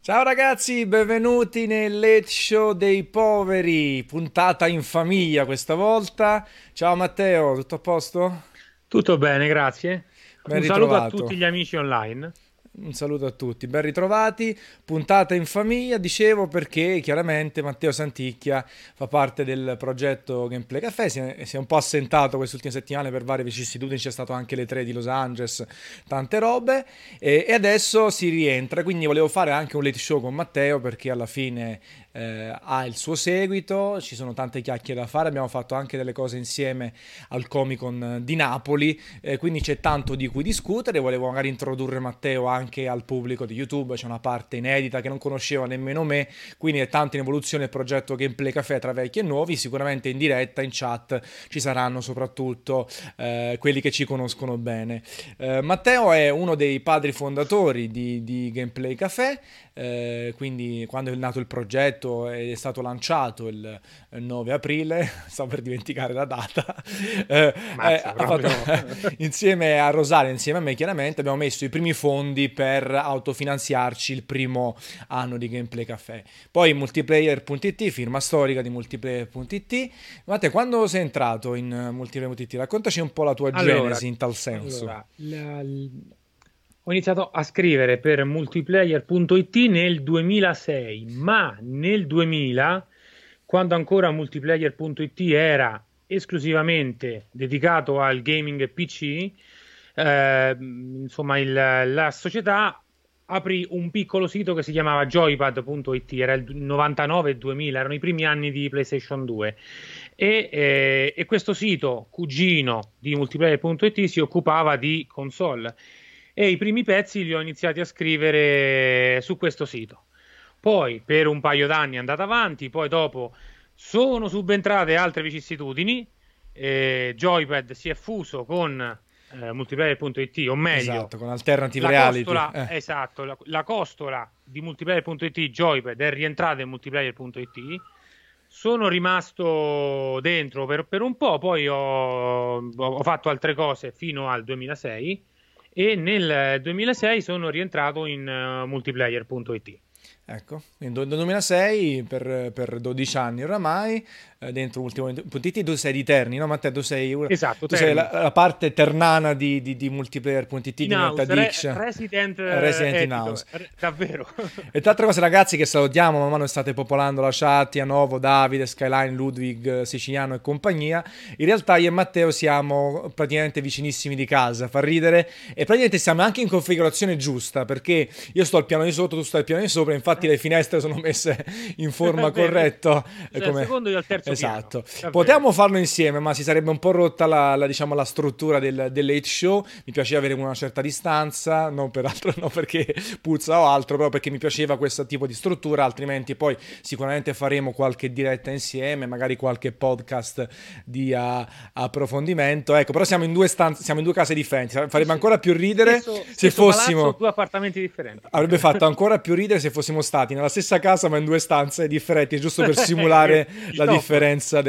Ciao ragazzi, benvenuti nel Late Show dei poveri, puntata in famiglia questa volta. Ciao Matteo, tutto a posto? Tutto bene, grazie. Ben Un saluto a ritrovato. tutti gli amici online. Un saluto a tutti, ben ritrovati. Puntata in famiglia, dicevo perché chiaramente Matteo Santicchia fa parte del progetto Gameplay Café. Si è un po' assentato queste ultime settimane per varie vicissitudini. C'è stato anche le 3 di Los Angeles, tante robe. E adesso si rientra. Quindi volevo fare anche un late show con Matteo perché alla fine ha il suo seguito. Ci sono tante chiacchiere da fare. Abbiamo fatto anche delle cose insieme al Comic Con di Napoli, quindi c'è tanto di cui discutere. Volevo magari introdurre Matteo anche al pubblico di YouTube, c'è una parte inedita che non conosceva nemmeno me, quindi è tanto in evoluzione il progetto Gameplay Café tra vecchi e nuovi. Sicuramente in diretta, in chat ci saranno soprattutto quelli che ci conoscono bene. Matteo è uno dei padri fondatori di Gameplay Café, quindi quando è nato il progetto è stato lanciato il 9 aprile, sto per dimenticare la data, Mazza, ha fatto, proprio. insieme a Rosaria, insieme a me chiaramente, abbiamo messo i primi fondi per autofinanziarci il primo anno di Gameplay Café. Poi multiplayer.it, firma storica di multiplayer.it. Ma te quando sei entrato in multiplayer.it? Raccontaci un po' la tua Allora, genesi in tal senso. allora, ho iniziato a scrivere per multiplayer.it nel 2006, ma nel 2000, quando ancora multiplayer.it era esclusivamente dedicato al gaming PC, insomma, la società aprì un piccolo sito che si chiamava joypad.it, era il 99-2000, erano i primi anni di PlayStation 2 e questo sito, cugino di multiplayer.it, si occupava di console e i primi pezzi li ho iniziati a scrivere su questo sito. Poi per un paio d'anni è andata avanti, poi dopo sono subentrate altre vicissitudini, Joypad si è fuso con multiplayer.it, o meglio, Esatto, con Alternative la Reality. costola, esatto, la costola di multiplayer.it Joypad è rientrata in multiplayer.it. Sono rimasto dentro per un po', poi ho fatto altre cose fino al 2006 e nel 2006 sono rientrato in multiplayer.it. Ecco, nel 2006 per 12 anni oramai, dentro Ultimo.it tu sei di Terni, no Matteo? Esatto, Tu sei Terni. la parte ternana di Multiplayer.it, In di house, NetAddiction, resident Resident in House. editor, davvero. E tra altre cose ragazzi che salutiamo, man mano state popolando la chat, Ianovo, Davide, Skyline, Ludwig, Siciliano e compagnia. In realtà io e Matteo siamo praticamente vicinissimi di casa, fa ridere, e praticamente siamo anche in configurazione giusta perché io sto al piano di sotto, tu stai al piano di sopra, infatti le finestre sono messe in È forma vero, corretta. sei al Come... secondo e al terzo piano, Esatto. davvero. Potevamo farlo insieme, ma si sarebbe un po' rotta diciamo, la struttura del late show. Mi piaceva avere una certa distanza, non per altro, non perché puzza o altro, però perché mi piaceva questo tipo di struttura, altrimenti poi sicuramente faremo qualche diretta insieme, magari qualche podcast di approfondimento. Ecco, però siamo in due stanze, siamo in due case differenti. Sì, Farebbe sì. ancora più ridere se Stesso palazzo, fossimo... due appartamenti differenti. Avrebbe fatto ancora più ridere se fossimo stati nella stessa casa ma in due stanze differenti, giusto per Vero, simulare il la top. differenza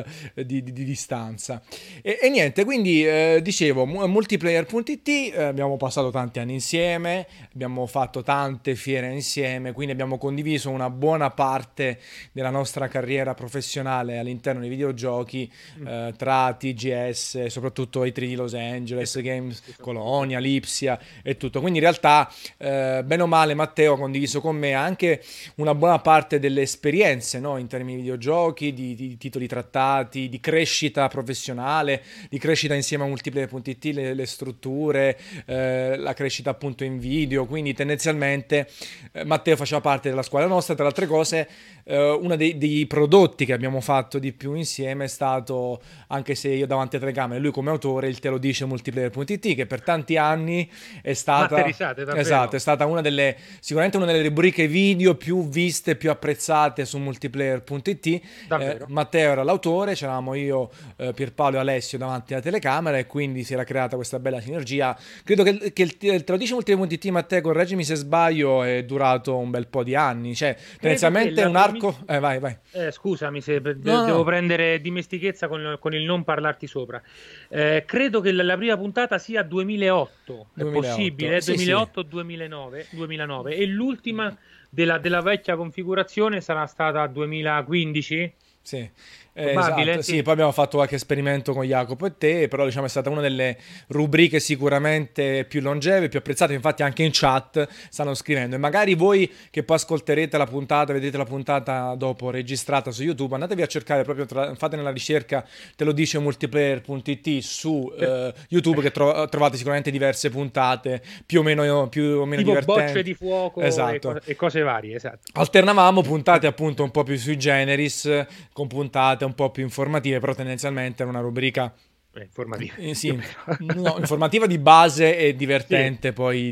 di distanza. E niente, quindi dicevo, multiplayer.it, abbiamo passato tanti anni insieme, abbiamo fatto tante fiere insieme, quindi abbiamo condiviso una buona parte della nostra carriera professionale all'interno dei videogiochi, Mm. tra TGS, soprattutto i 3 di Los Sì, Angeles, Games sì, soprattutto. Colonia, Lipsia e tutto. Quindi in realtà, bene o male, Matteo ha condiviso con me anche una buona parte delle esperienze, no? In termini di videogiochi, di titoli trattati, di crescita professionale, di crescita insieme a multiplayer.it, le strutture, la crescita appunto in video. Quindi tendenzialmente Matteo faceva parte della squadra nostra. Tra le altre cose, uno dei prodotti che abbiamo fatto di più insieme è stato, anche se io davanti a telecamere, lui come autore, il Te lo dice multiplayer.it, che per tanti anni è stata, Matterisate, esatto, è davvero. stata sicuramente una delle rubriche video più viste, più apprezzate su multiplayer.it. Davvero. Matteo era l'autore, c'eravamo io, Pierpaolo e Alessio davanti alla telecamera, e quindi si era creata questa bella sinergia. Credo che Te lo dice multiplayer.it, Matteo, correggimi se sbaglio, è durato un bel po' di anni, cioè Credo che tendenzialmente la un primi... arco... vai, vai. Scusami se No, no, devo no. prendere dimestichezza con il non parlarti sopra. Credo che la prima puntata sia 2008, è 2008. possibile? Sì, sì. 2008-2009, 2009 e l'ultima della vecchia configurazione sarà stata 2015. Sì, Probabile, esatto. Sì, sì. poi abbiamo fatto qualche esperimento con Jacopo e te, però diciamo è stata una delle rubriche sicuramente più longeve, più apprezzate, infatti anche in chat stanno scrivendo e magari voi che poi ascolterete la puntata, vedete la puntata dopo registrata su YouTube, andatevi a cercare proprio, fate nella ricerca, te lo dice multiplayer.it su Per- YouTube che trovate sicuramente diverse puntate più o meno Tipo bocce divertenti. di fuoco Esatto. e cose varie, esatto. Alternavamo puntate appunto un po' più sui generis con puntate un po' più informative, però tendenzialmente era una rubrica Informativa, più o sì, meno. no, informativa di base e Sì, divertente, poi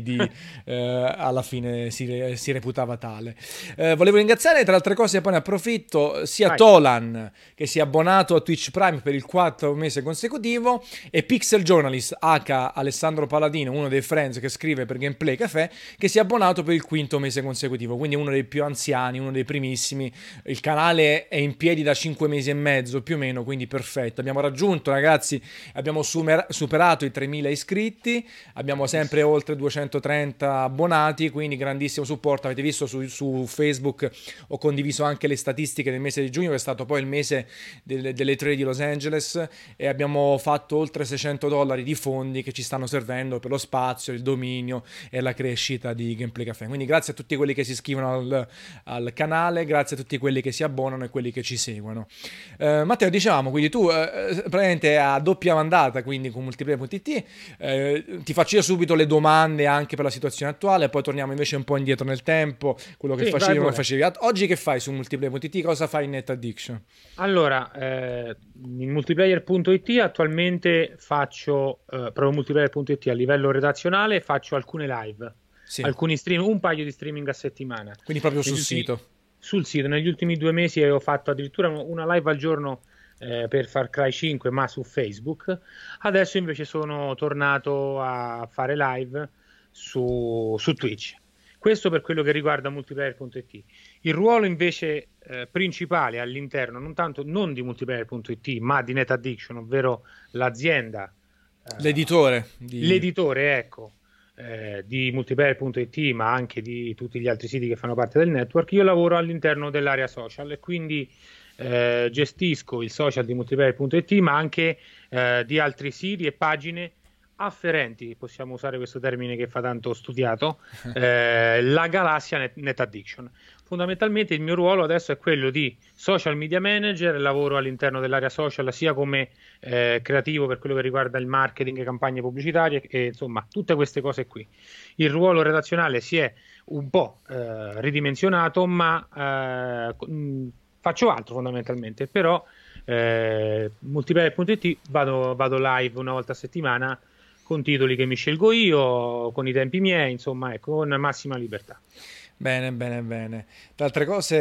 alla fine si reputava tale. Volevo ringraziare tra le altre cose, poi ne approfitto, sia vai. Tolan che si è abbonato a Twitch Prime per il quarto mese consecutivo e Pixel Journalist H. Alessandro Paladino, uno dei friends che scrive per Gameplay Café, che si è abbonato per il quinto mese consecutivo, quindi uno dei più anziani, uno dei primissimi. Il canale è in piedi da 5 mesi e mezzo più o meno, quindi perfetto. Abbiamo raggiunto, ragazzi, abbiamo superato i 3000 iscritti, abbiamo sempre oltre 230 abbonati, quindi grandissimo supporto. Avete visto su Facebook ho condiviso anche le statistiche del mese di giugno, che è stato poi il mese delle 3 di Los Angeles, e abbiamo fatto oltre $600 di fondi che ci stanno servendo per lo spazio, il dominio e la crescita di Gameplay Café. Quindi grazie a tutti quelli che si iscrivono al canale, grazie a tutti quelli che si abbonano e quelli che ci seguono. Matteo, dicevamo, quindi tu praticamente a doppia mandata, quindi con multiplayer.it, ti faccio io subito le domande anche per la situazione attuale, poi torniamo invece un po' indietro nel tempo, quello che Sì, vai facevi, come pure. facevi. Oggi che fai su multiplayer.it? Cosa fai in Net Addiction? Allora, in multiplayer.it attualmente faccio, proprio multiplayer.it a livello redazionale, faccio alcune live, Sì, alcuni stream, un paio di streaming a settimana. quindi proprio sul Negli ultimi- sito. Sul sito, negli ultimi 2 mesi ho fatto addirittura una live al giorno per Far Cry 5, ma su Facebook. Adesso invece sono tornato a fare live su Twitch. Questo per quello che riguarda multiplayer.it. Il ruolo invece principale all'interno, non di multiplayer.it, ma di Net Addiction, ovvero l'azienda, L'editore di... l'editore, ecco, di multiplayer.it, ma anche di tutti gli altri siti che fanno parte del network. Io lavoro all'interno dell'area social e quindi gestisco il social di multiplayer.it, ma anche di altri siti e pagine afferenti, possiamo usare questo termine che fa tanto studiato, la galassia Net Addiction. Fondamentalmente il mio ruolo adesso è quello di social media manager, lavoro all'interno dell'area social sia come creativo per quello che riguarda il marketing, campagne pubblicitarie e insomma tutte queste cose qui. Il ruolo redazionale si è un po' ridimensionato, ma faccio altro fondamentalmente, però multiplayer.it vado live una volta a settimana con titoli che mi scelgo io, con i tempi miei, insomma, ecco, con massima libertà. Bene, bene, bene. Tra altre cose,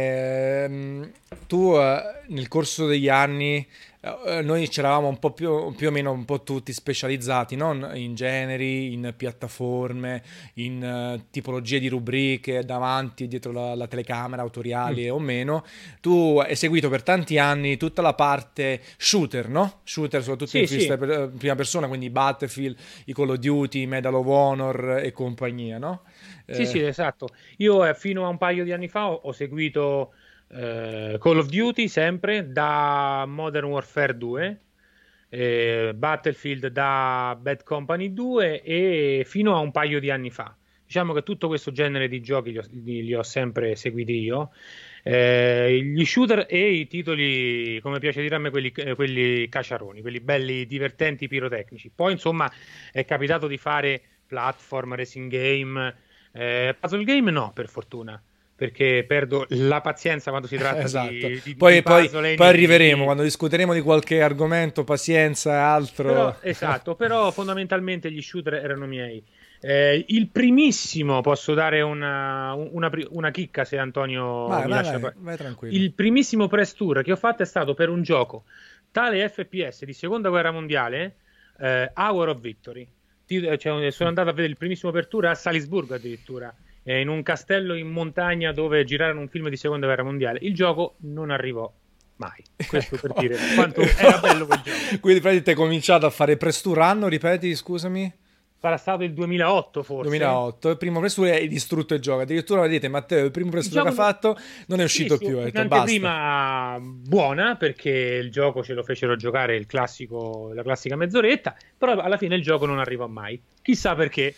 tu nel corso degli anni, noi c'eravamo un po' più o meno un po' tutti specializzati, no? In generi, in piattaforme, in tipologie di rubriche, davanti e dietro la telecamera, Mm. autoriali o meno. Tu hai seguito per tanti anni tutta la parte shooter, no? Shooter soprattutto in Sì, sì, prima persona, quindi Battlefield, i Call of Duty, Medal of Honor e compagnia, no? sì, sì, Eh, esatto. Io fino a un paio di anni fa ho seguito Call of Duty sempre da Modern Warfare 2, Battlefield da Bad Company 2 e fino a un paio di anni fa. Diciamo che tutto questo genere di giochi li ho sempre seguiti io. Gli shooter e i titoli, come piace dire a me, quelli cacciaroni, quelli belli, divertenti, pirotecnici. Poi, insomma, è capitato di fare platform, racing game, puzzle game no, per fortuna, perché perdo la pazienza quando si tratta esatto. di puzzle e Poi enigmi. arriveremo quando discuteremo di qualche argomento, pazienza e altro. Però, esatto, però fondamentalmente gli shooter erano miei. Il primissimo, posso dare una chicca se Antonio Vai, mi vai, lascia vai, fare. vai tranquillo. Il primissimo press tour che ho fatto è stato per un gioco tale FPS di seconda guerra mondiale, Hour of Victory. Sono andato a vedere il primissimo per tour a Salisburgo addirittura, in un castello in montagna dove girarono un film di seconda guerra mondiale. Il gioco non arrivò mai. Questo per Ecco. dire quanto era bello quel gioco. Quindi praticamente hai cominciato a fare press tour anno, ripeti, scusami? sarà stato il 2008 forse. 2008, il primo press tour hai distrutto il gioco. Addirittura vedete, Matteo, il primo press Il tour che gioco ha fatto non è sì, uscito sì, più. Ha detto basta. un'anteprima buona perché il gioco ce lo fecero giocare il classico, la classica mezz'oretta, però alla fine il gioco non arrivò mai. Chissà perché.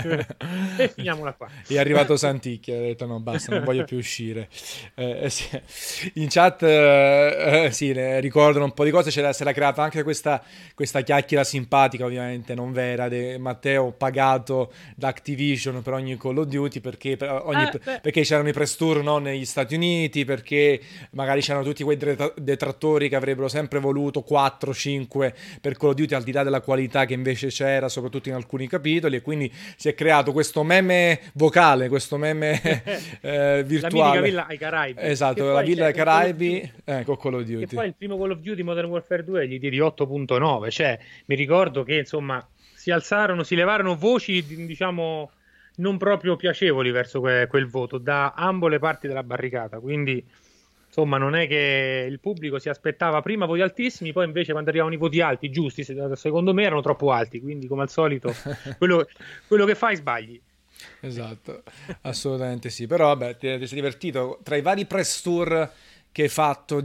E finiamola qua. È arrivato Santicchia, ha detto no, basta, non voglio più uscire. Sì. In chat sì, ricordano un po' di cose, si era creata anche questa chiacchiera simpatica, ovviamente non vera, di Matteo pagato da Activision per ogni Call of Duty Beh, perché c'erano i press tour no, negli Stati Uniti, perché magari c'erano tutti quei detrattori che avrebbero sempre voluto 4-5 per Call of Duty al di là della qualità che invece c'era, soprattutto in alcuni capitoli, e quindi si è creato questo meme vocale, questo meme la mitica virtuale. villa ai Caraibi, che Esatto, la poi villa c'è dei un Call of Caraibi Duty. con Call of Che Duty. poi il primo Call of Duty Modern Warfare 2 gli diedi 8.9, cioè mi ricordo che insomma si levarono voci, diciamo, non proprio piacevoli verso quel voto da ambo le parti della barricata, quindi insomma non è che il pubblico si aspettava prima voti altissimi, poi invece quando arrivavano i voti alti, giusti, secondo me erano troppo alti, quindi come al solito quello, quello che fai sbagli. Esatto, assolutamente sì. Però vabbè, ti sei divertito tra i vari press tour che hai fatto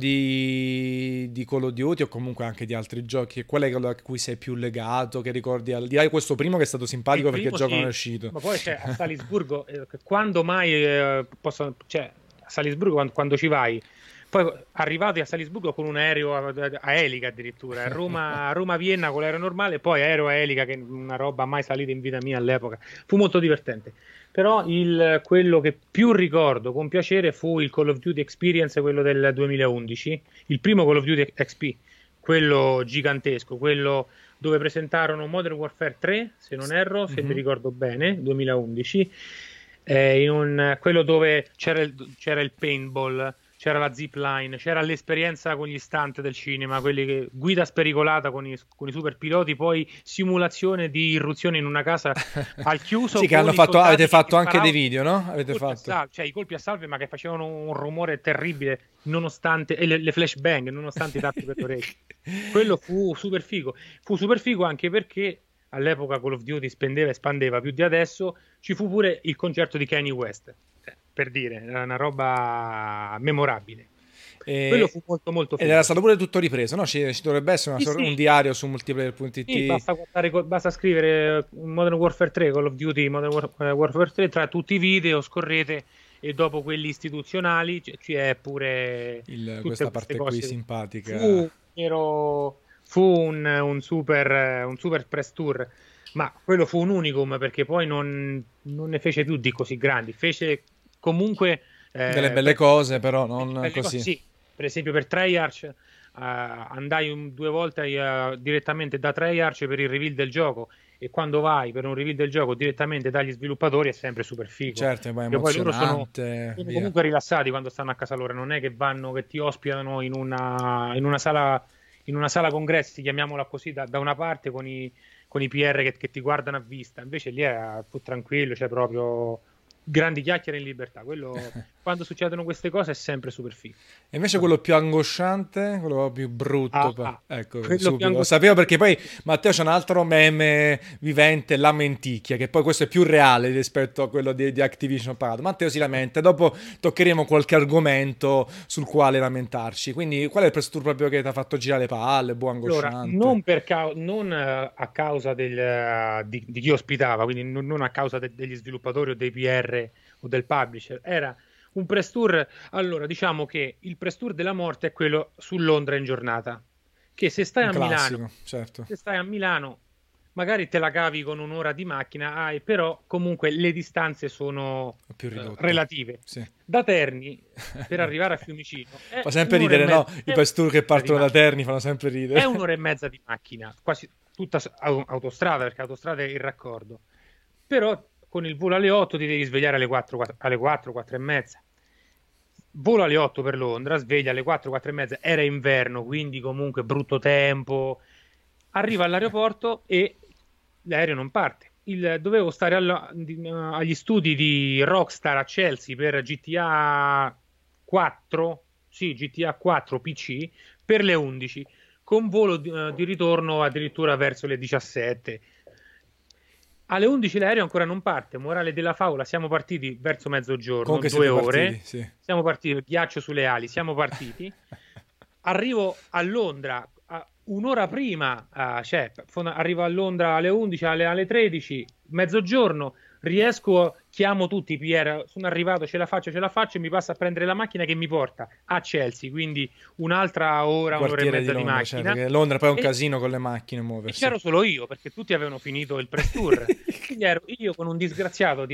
di Call of Duty o comunque anche di altri giochi, qual è quello a cui sei più legato, che ricordi al di là di questo primo che è stato Il simpatico perché il primo gioco non è sì, uscito. ma poi c'è a Salisburgo, quando mai cioè a Salisburgo quando ci vai, poi arrivati a Salisburgo con un aereo a elica addirittura, a Roma-Vienna con l'aereo normale, poi aereo a elica, che è una roba mai salita in vita mia all'epoca, fu molto divertente. Però quello che più ricordo con piacere fu il Call of Duty Experience, quello del 2011, il primo Call of Duty XP, quello gigantesco, quello dove presentarono Modern Warfare 3, se non erro, se mi Mhm. ricordo bene, 2011, quello dove c'era il paintball, c'era la zip line, c'era l'esperienza con gli stunt del cinema, quelli che guida spericolata con i super piloti, poi simulazione di irruzione in una casa al chiuso Sì, che hanno con i fatto, avete soldati che fatto anche dei sparavano video, no? i Avete colpi a fatto. salve, cioè i colpi a salve, ma che facevano un rumore terribile nonostante, e le flashbang, nonostante i tappi per le orecchie. Quello fu super figo anche perché all'epoca Call of Duty spendeva e spandeva più di adesso, ci fu pure il concerto di Kanye West, per dire, era una roba memorabile. Quello E- fu molto molto Ed era figo. stato pure tutto ripreso, no? Ci dovrebbe essere Sì, un sì, diario su sì, multiplayer.it. basta scrivere Modern Warfare 3, Call of Duty Warfare 3 tra tutti i video, scorrete e dopo quelli istituzionali c'è pure tutte Questa queste parte qui cose. simpatica. Fu, fu un super press tour, ma quello fu un unicum perché poi non ne fece più di così grandi. Fece comunque Delle belle cose, però delle non belle cose, così. sì. Per esempio per Treyarch andai due volte direttamente da Treyarch per il reveal del gioco e quando vai per un reveal del gioco direttamente dagli sviluppatori è sempre super figo. Certo, è poi Perché poi loro emozionante, sono via. comunque rilassati quando stanno a casa loro, non è che vanno, che ti ospitano in una sala congressi, chiamiamola così, da una parte con i PR che ti guardano a vista, invece lì è più tranquillo, c'è proprio grandi chiacchiere in libertà. Quello, quando succedono queste cose è sempre super figo. E invece quello più angosciante, quello più brutto, ecco, Quello più subito. Lo sapevo perché poi Matteo c'è un altro meme vivente, la menticchia, che poi questo è più reale rispetto a quello di Activision pagato. Matteo si lamenta, dopo toccheremo qualche argomento sul quale lamentarci. Quindi qual è il press tour proprio che ti ha fatto girare le palle, buon Allora, angosciante? non a causa di chi ospitava, quindi non a causa degli sviluppatori o dei PR o del publisher, era un press tour. Allora, diciamo che il press tour della morte è quello su Londra in giornata, che Un classico, certo, Se stai a Milano, magari te la cavi con un'ora di macchina, però comunque le distanze sono più ridotte. relative. Sì. Da Terni per arrivare a Fiumicino è Fa sempre un'ora e ridere, no? mezza, I press tour che di partono da macchina. Terni fanno sempre È ridere. un'ora e mezza di macchina, quasi tutta autostrada, perché autostrada è il raccordo. Però con il volo alle 8 ti devi svegliare alle 4, 4 e mezza. Volo alle 8 per Londra, sveglia alle 4, 4 e mezza, era inverno, quindi comunque brutto tempo. Arriva all'aeroporto e l'aereo non parte. Dovevo stare agli studi di Rockstar a Chelsea per GTA 4, sì, GTA 4 PC, per le 11, con volo di ritorno addirittura verso le 17. Alle 11 l'aereo ancora non parte, morale della favola, siamo partiti verso mezzogiorno, Comunque 2 siete ore, partiti, sì. siamo partiti, ghiaccio sulle ali, siamo partiti, arrivo a Londra un'ora prima, arrivo a Londra alle 11, alle 13, mezzogiorno, riesco, chiamo tutti, Pier, sono arrivato, ce la faccio, e mi passa a prendere la macchina che mi porta a Chelsea, quindi un'altra Il ora, un'ora e quartiere di mezza di Londra, certo, macchina. che Londra poi è un E, casino con le macchine e muoversi. c'ero solo io, perché tutti avevano finito il press tour. Quindi ero io con un disgraziato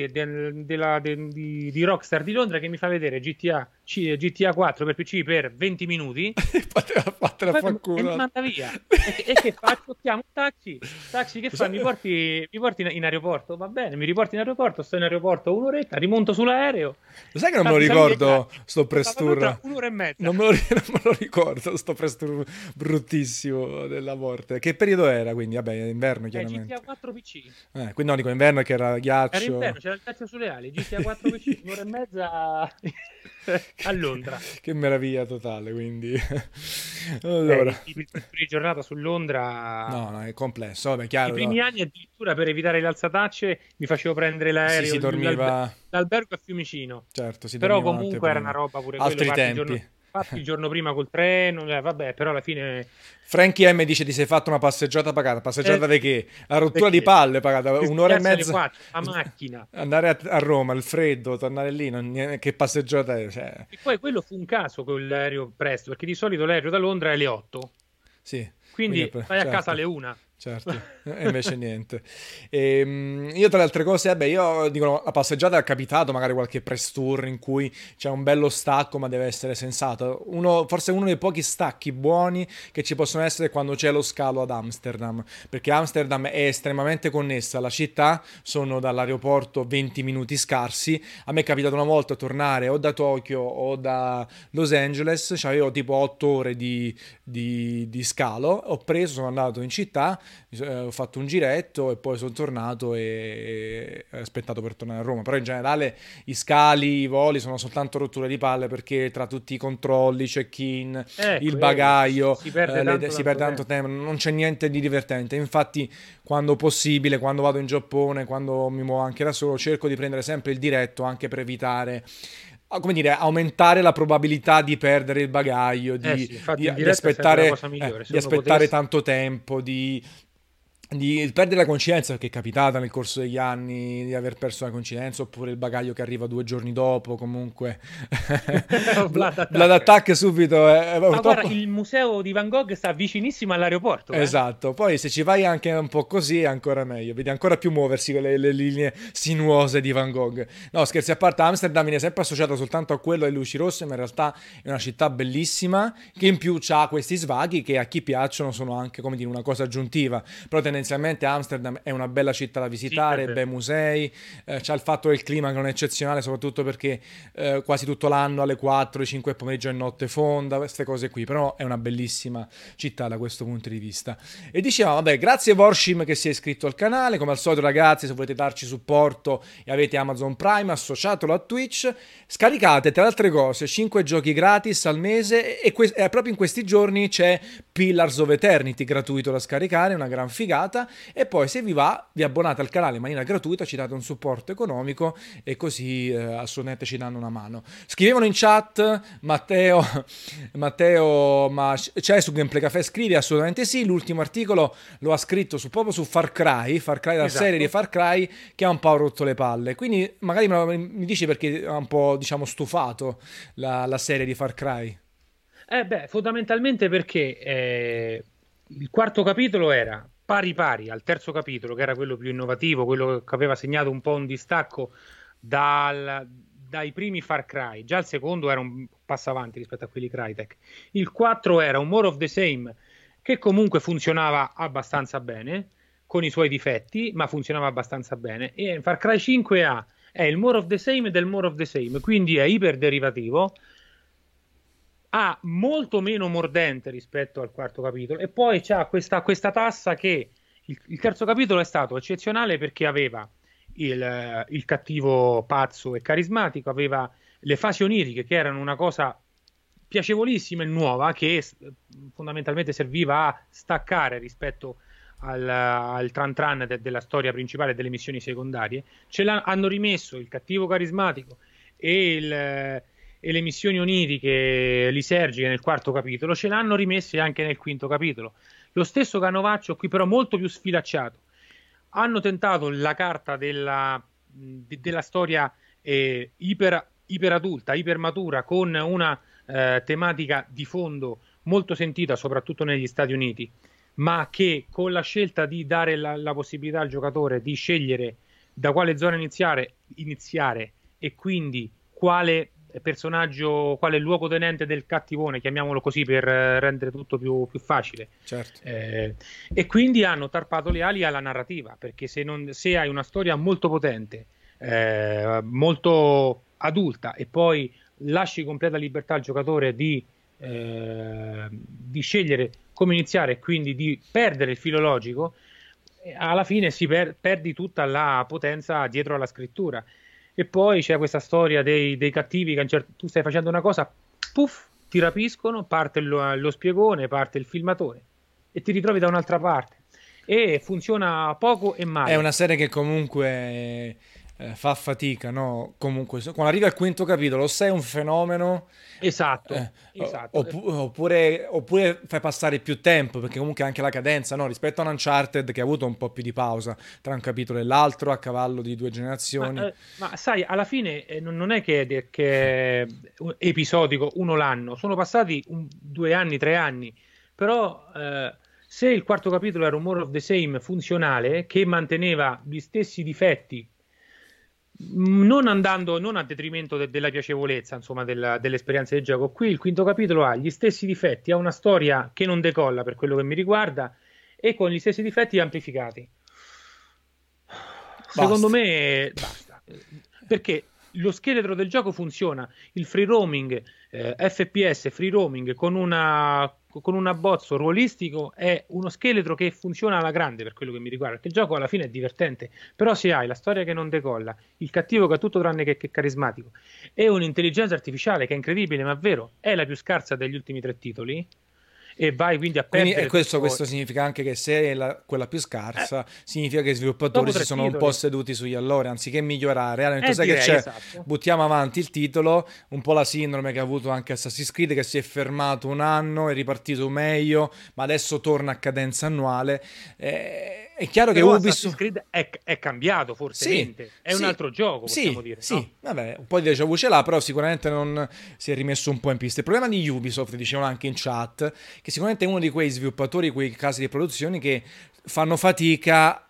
di Rockstar di Londra che mi fa vedere GTA 4 per PC per 20 minuti Fatela fa e mi culo. manda via. E che faccio? Chiamo un taxi che fa? Mi porti in aeroporto? Va bene, mi riporti in aeroporto, sto in aeroporto un'oretta, rimonto sull'aereo, Lo sai che non me lo fatti salire ricordo gratis. sto press Costava tutta tour? un'ora e mezza. Non me lo ricordo sto press tour bruttissimo della morte. Che periodo era quindi? Vabbè, inverno GTA chiaramente. 4 PC. Quindi no, dico inverno che era Era ghiaccio. inverno, c'era il ghiaccio sulle ali, GTA 4 PC, un'ora e mezza a Londra. Che meraviglia totale, quindi. Allora, Il press tour di giornata su Londra. no, è complesso, vabbè, I chiaro. No. primi anni addirittura per evitare le alzatacce mi facevo prendere Sì, l'aereo, si dormiva, l'albergo a Fiumicino. certo, si Però dormiva anche comunque era una prima. roba pure quello, Altri tempi. parti il giorno prima col treno, vabbè, però alla fine Frankie M dice ti sei fatto una passeggiata pagata. Passeggiata di che? La rottura di perché? palle pagata, Che un'ora e spiazza alle mezza. 4, la macchina. Andare a Roma, il freddo, tornare lì, che passeggiata è? Cioè, E poi quello fu un caso con l'aereo presto, perché di solito l'aereo da Londra è alle 8, sì, quindi quindi vai a casa certo. alle 1. Certo, e invece niente. Io tra le altre cose, io dico, la passeggiata è capitato, magari qualche press tour in cui c'è un bello stacco, ma deve essere sensato. Forse uno dei pochi stacchi buoni che ci possono essere quando c'è lo scalo ad Amsterdam, perché Amsterdam è estremamente connessa alla città, sono dall'aeroporto 20 minuti scarsi. A me è capitato una volta tornare o da Tokyo o da Los Angeles, avevo tipo 8 ore di scalo, ho preso, sono andato in città, ho fatto un giretto e poi sono tornato e ho aspettato per tornare a Roma. Però in generale i scali, i voli sono soltanto rotture di palle, perché tra tutti i controlli, check-in, il Quello, bagaglio, si perde tanto, si tanto perde tanto tempo. tempo, non c'è niente di divertente. Infatti quando possibile, quando vado in Giappone, quando mi muovo anche da solo, cerco di prendere sempre il diretto, anche per evitare, come dire, aumentare la probabilità di perdere il bagaglio, Sì, infatti il diretto è sempre la aspettare, cosa migliore. Se di uno aspettare potesse. tanto tempo, di perdere la coincidenza, perché è capitata nel corso degli anni di aver perso la coincidenza, oppure il bagaglio che arriva 2 giorni dopo, comunque Blood Blood Attack. Attack subito, Ma guarda, purtroppo. il museo di Van Gogh sta vicinissimo all'aeroporto, eh? Esatto, poi se ci vai anche un po' così è ancora meglio, vedi ancora più muoversi le linee sinuose di Van Gogh. No, scherzi a parte, Amsterdam viene sempre associata soltanto a quello e luci rosse, ma in realtà è una città bellissima, che in più ha questi svaghi che a chi piacciono sono anche, come dire, una cosa aggiuntiva. Però tendenzialmente Amsterdam è una bella città da Sì, è visitare, bei vero. musei, c'ha il fatto del clima che non è eccezionale, soprattutto perché quasi tutto l'anno alle 4, 5 del pomeriggio è notte fonda, queste cose qui, però è una bellissima città da questo punto di vista. E dicevamo, vabbè, grazie Vorshim che si è iscritto al canale, come al solito ragazzi, se volete darci supporto e avete Amazon Prime, associatelo a Twitch, scaricate tra le altre cose 5 giochi gratis al mese e proprio in questi giorni c'è Pillars of Eternity gratuito da scaricare, una gran figata, e poi se vi va vi abbonate al canale in maniera gratuita, ci date un supporto economico e così assolutamente ci danno una mano. Scrivevano in chat Matteo, ma c'è su Gameplay Café? Scrivi assolutamente sì. L'ultimo articolo lo ha scritto proprio su Far Cry, la serie di Esatto. Far Cry che ha un po' rotto le palle. Quindi magari mi dici perché ha un po', diciamo, stufato la serie di Far Cry. Fondamentalmente perché il quarto capitolo era pari pari al terzo capitolo, che era quello più innovativo, quello che aveva segnato un po' un distacco dai primi Far Cry. Già il secondo era un passo avanti rispetto a quelli Crytek. Il 4 era un more of the same, che comunque funzionava abbastanza bene, con i suoi difetti, ma funzionava abbastanza bene. E Far Cry 5 è il more of the same del more of the same, quindi è iperderivativo, ha molto meno mordente rispetto al quarto capitolo, e poi c'ha questa tassa che il terzo capitolo è stato eccezionale perché aveva il cattivo pazzo e carismatico, aveva le fasi oniriche che erano una cosa piacevolissima e nuova che fondamentalmente serviva a staccare rispetto al tran tran della storia principale e delle missioni secondarie, hanno rimesso il cattivo carismatico e le missioni oniriche lisergiche nel quarto capitolo, ce l'hanno rimesse anche nel quinto capitolo. Lo stesso canovaccio, qui però molto più sfilacciato. Hanno tentato la carta della storia iper adulta, iper matura, con una tematica di fondo molto sentita soprattutto negli Stati Uniti, ma che con la scelta di dare la possibilità al giocatore di scegliere da quale zona iniziare e quindi quale personaggio, quale luogotenente del cattivone, chiamiamolo così per rendere tutto più facile. Certo. E quindi hanno tarpato le ali alla narrativa, perché se hai una storia molto potente, molto adulta, e poi lasci completa libertà al giocatore di scegliere come iniziare e quindi di perdere il filo logico, alla fine perdi tutta la potenza dietro alla scrittura. E poi c'è questa storia dei cattivi che tu stai facendo una cosa, puff, ti rapiscono, parte lo spiegone, parte il filmatore e ti ritrovi da un'altra parte, e funziona poco e male. È una serie che comunque fa fatica, no? Comunque, quando arrivi al quinto capitolo sei un fenomeno. Esatto. Oppure fai passare più tempo, perché comunque anche la cadenza, no? Rispetto a un Uncharted che ha avuto un po' più di pausa tra un capitolo e l'altro, a cavallo di 2 generazioni. Ma sai, alla fine non è che è episodico uno l'anno, sono passati 2 anni, 3 anni, però se il quarto capitolo era un More of the Same funzionale, che manteneva gli stessi difetti, non a detrimento della piacevolezza, insomma, dell'esperienza del gioco, qui il quinto capitolo ha gli stessi difetti, ha una storia che non decolla per quello che mi riguarda, e con gli stessi difetti amplificati. Secondo me basta, perché lo scheletro del gioco funziona, il free roaming, FPS free roaming con un abbozzo ruolistico è uno scheletro che funziona alla grande per quello che mi riguarda, perché il gioco alla fine è divertente, però se hai la storia che non decolla, il cattivo che è tutto tranne che carismatico, e un'intelligenza artificiale che è incredibile ma vero, è la più scarsa degli ultimi 3 titoli, e vai quindi a perdere. Questo significa anche che se è quella più scarsa, significa che i sviluppatori si sono un po' seduti sugli allori, anziché migliorare. Hanno detto, sai che c'è, esatto, buttiamo avanti il titolo, un po' la sindrome che ha avuto anche Assassin's Creed, che si è fermato un anno, è ripartito meglio, ma adesso torna a cadenza annuale. È chiaro però che Ubisoft Creed è cambiato fortemente, è un altro gioco, possiamo dire. Sì, no? Vabbè, un po' di déjà vu ce l'ha, però sicuramente non si è rimesso un po' in pista. Il problema di Ubisoft, dicevano anche in chat, che sicuramente è uno di quei sviluppatori, quei casi di produzione che fanno fatica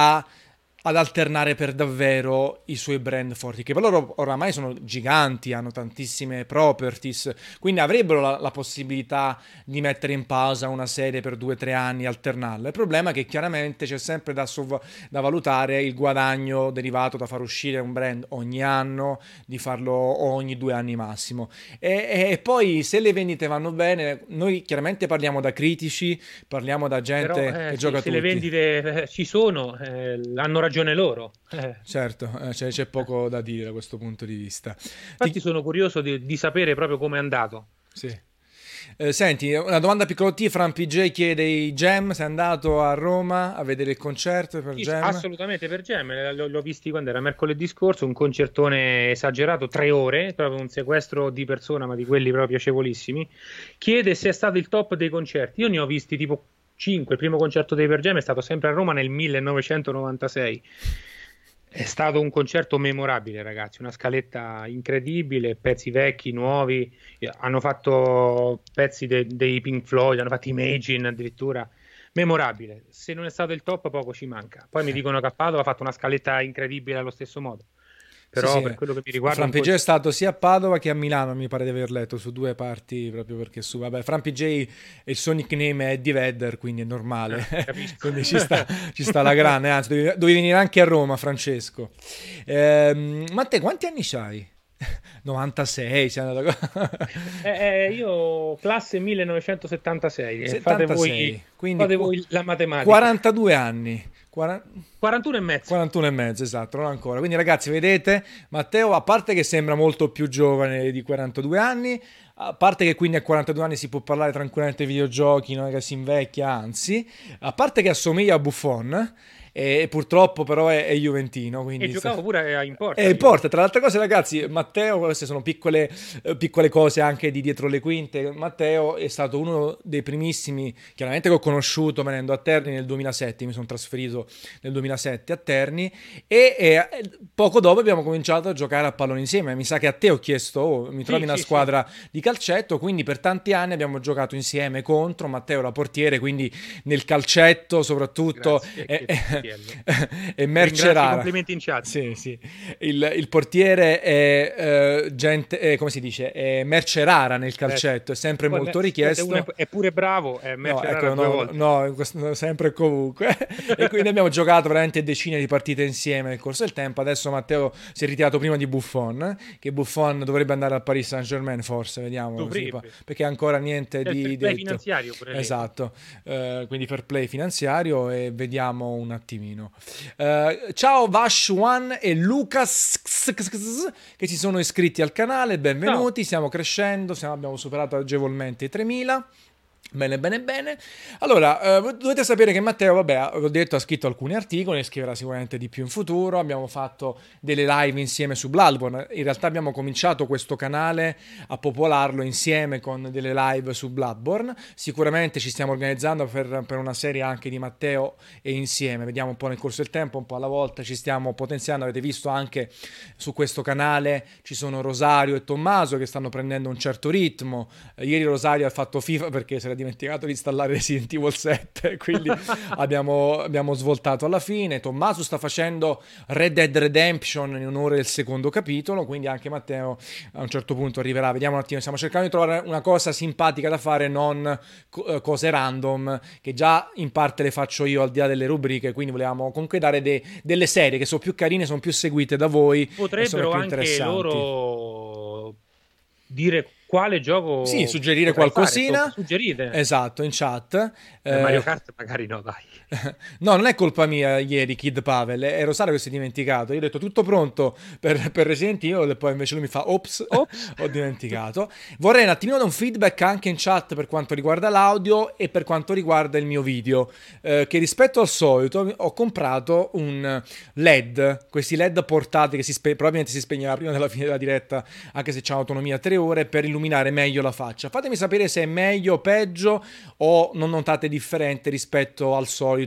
ad alternare per davvero i suoi brand forti, che per loro oramai sono giganti, hanno tantissime properties, quindi avrebbero la possibilità di mettere in pausa una serie per 2-3 anni, alternarla. Il problema è che chiaramente c'è sempre da valutare il guadagno derivato da far uscire un brand ogni anno, di farlo ogni 2 anni massimo, e poi se le vendite vanno bene, noi chiaramente parliamo da critici, parliamo da gente che gioca se tutti. Le vendite ci sono, hanno ragione loro. Certo, c'è poco da dire da questo punto di vista. Infatti sono curioso di sapere proprio come è andato. Sì. Senti, una domanda piccolotti. Fran PJ chiede i Gem, sei andato a Roma a vedere il concerto per Gem? Assolutamente, per Gem, l'ho visti quando era mercoledì scorso, un concertone esagerato, 3 ore, proprio un sequestro di persona, ma di quelli proprio piacevolissimi. Chiede se è stato il top dei concerti. Io ne ho visti tipo 5, il primo concerto dei Per Jam è stato sempre a Roma nel 1996. È stato un concerto memorabile, ragazzi, una scaletta incredibile, pezzi vecchi, nuovi, hanno fatto pezzi dei Pink Floyd, hanno fatto Imagine addirittura, memorabile. Se non è stato il top poco ci manca. Poi mi dicono che a Padova ha fatto una scaletta incredibile allo stesso modo. Però sì, per quello che mi riguarda, Fran PJ è stato sia a Padova che a Milano, mi pare di aver letto, su 2 parti, proprio perché vabbè, Fran PJ e il suo nickname è Eddie Vedder, quindi è normale. Quindi ci sta la grande, anzi dovevi venire anche a Roma, Francesco. Ma te quanti anni c'hai? 96, sei andato io classe 1976, 76, fate voi la matematica. 42 anni. 41 e mezzo. 41 e mezzo, esatto, non ancora. Quindi ragazzi, vedete, Matteo, a parte che sembra molto più giovane di 42 anni, a parte che quindi a 42 anni si può parlare tranquillamente di videogiochi, non è che si invecchia, anzi, a parte che assomiglia a Buffon, e purtroppo però è juventino, quindi E giocavo pure in porta. in porta. Tra le altre cose, ragazzi, Matteo, queste sono piccole cose anche di dietro le quinte. Matteo è stato uno dei primissimi, chiaramente, che ho conosciuto venendo a Terni nel 2007, mi sono trasferito nel 2007 a Terni e poco dopo abbiamo cominciato a giocare a pallone insieme. Mi sa che a te ho chiesto, mi trovi una squadra di calcetto, quindi per tanti anni abbiamo giocato insieme contro. Matteo era portiere, quindi nel calcetto soprattutto è merce rara. Complimenti in chat. Sì. Il portiere è gente, come si dice, è merce rara nel calcetto, è sempre molto richiesto. È pure bravo, è merce rara due volte. Sempre e comunque. E quindi abbiamo giocato veramente decine di partite insieme nel corso del tempo. Adesso Matteo si è ritirato prima di Buffon, che Buffon dovrebbe andare al Paris Saint-Germain, forse, vediamo, perché ancora niente di play finanziario pure esatto, quindi fair play finanziario, e vediamo un attimino. Ciao Vash One e Lucas che si sono iscritti al canale, benvenuti. Ciao. Stiamo crescendo, abbiamo superato agevolmente i 3000. Bene. Allora, dovete sapere che Matteo, vabbè, ho detto, ha scritto alcuni articoli, ne scriverà sicuramente di più in futuro. Abbiamo fatto delle live insieme su Bloodborne. In realtà abbiamo cominciato questo canale a popolarlo insieme con delle live su Bloodborne. Sicuramente ci stiamo organizzando per una serie anche di Matteo e insieme. Vediamo un po' nel corso del tempo, un po' alla volta, ci stiamo potenziando. Avete visto anche su questo canale ci sono Rosario e Tommaso che stanno prendendo un certo ritmo. Ieri Rosario ha fatto FIFA perché se l'è dimenticato di installare Resident Evil 7, quindi abbiamo svoltato alla fine. Tommaso sta facendo Red Dead Redemption in onore del secondo capitolo, quindi anche Matteo a un certo punto arriverà. Vediamo un attimo, stiamo cercando di trovare una cosa simpatica da fare, non cose random che già in parte le faccio io al di là delle rubriche, quindi volevamo comunque dare delle serie che sono più carine, sono più seguite da voi. Potrebbero anche loro dire quale gioco, sì, suggerire qualcosina, suggerite. Esatto, in chat. Mario Kart magari no, dai. No, non è colpa mia ieri, Kid Pavel, è Rosario che si è dimenticato. Io ho detto tutto pronto per Resident Evil e poi invece lui mi fa ops. Ho dimenticato. Vorrei un attimino un feedback anche in chat per quanto riguarda l'audio e per quanto riguarda il mio video, che rispetto al solito ho comprato un LED, questi LED portati che probabilmente si spegnerà prima della fine della diretta, anche se c'è un'autonomia 3 ore, per illuminare meglio la faccia. Fatemi sapere se è meglio o peggio, o non notate differente rispetto al solito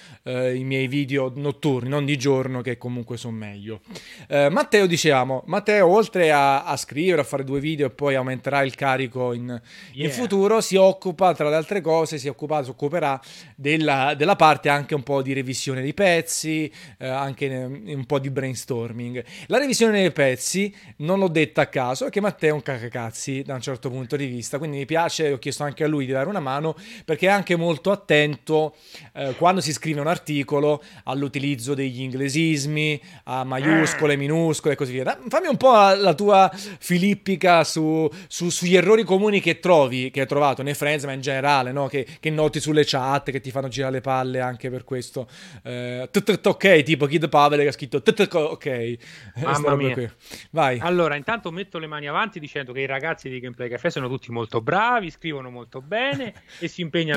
i miei video notturni, non di giorno, che comunque sono meglio. Matteo, diciamo, oltre a scrivere, a fare 2 video e poi aumenterà il carico in futuro, si occupa, tra le altre cose, si occuperà della parte anche un po' di revisione dei pezzi, anche un po' di brainstorming. La revisione dei pezzi non l'ho detta a caso, perché Matteo è un cacacazzi da un certo punto di vista, quindi mi piace, ho chiesto anche a lui di dare una mano, perché è anche molto attento quando si scrive un articolo all'utilizzo degli inglesismi, a maiuscole, minuscole e così via. Fammi un po' la tua filippica sugli errori comuni che hai trovato nei friends, ma in generale, no? Che noti sulle chat, che ti fanno girare le palle anche per questo. Ok, tipo Kid Pavel che ha scritto ok. Mamma mia. Vai. Allora, intanto metto le mani avanti dicendo che i ragazzi di Gameplay Café sono tutti molto bravi, scrivono molto bene e si impegnano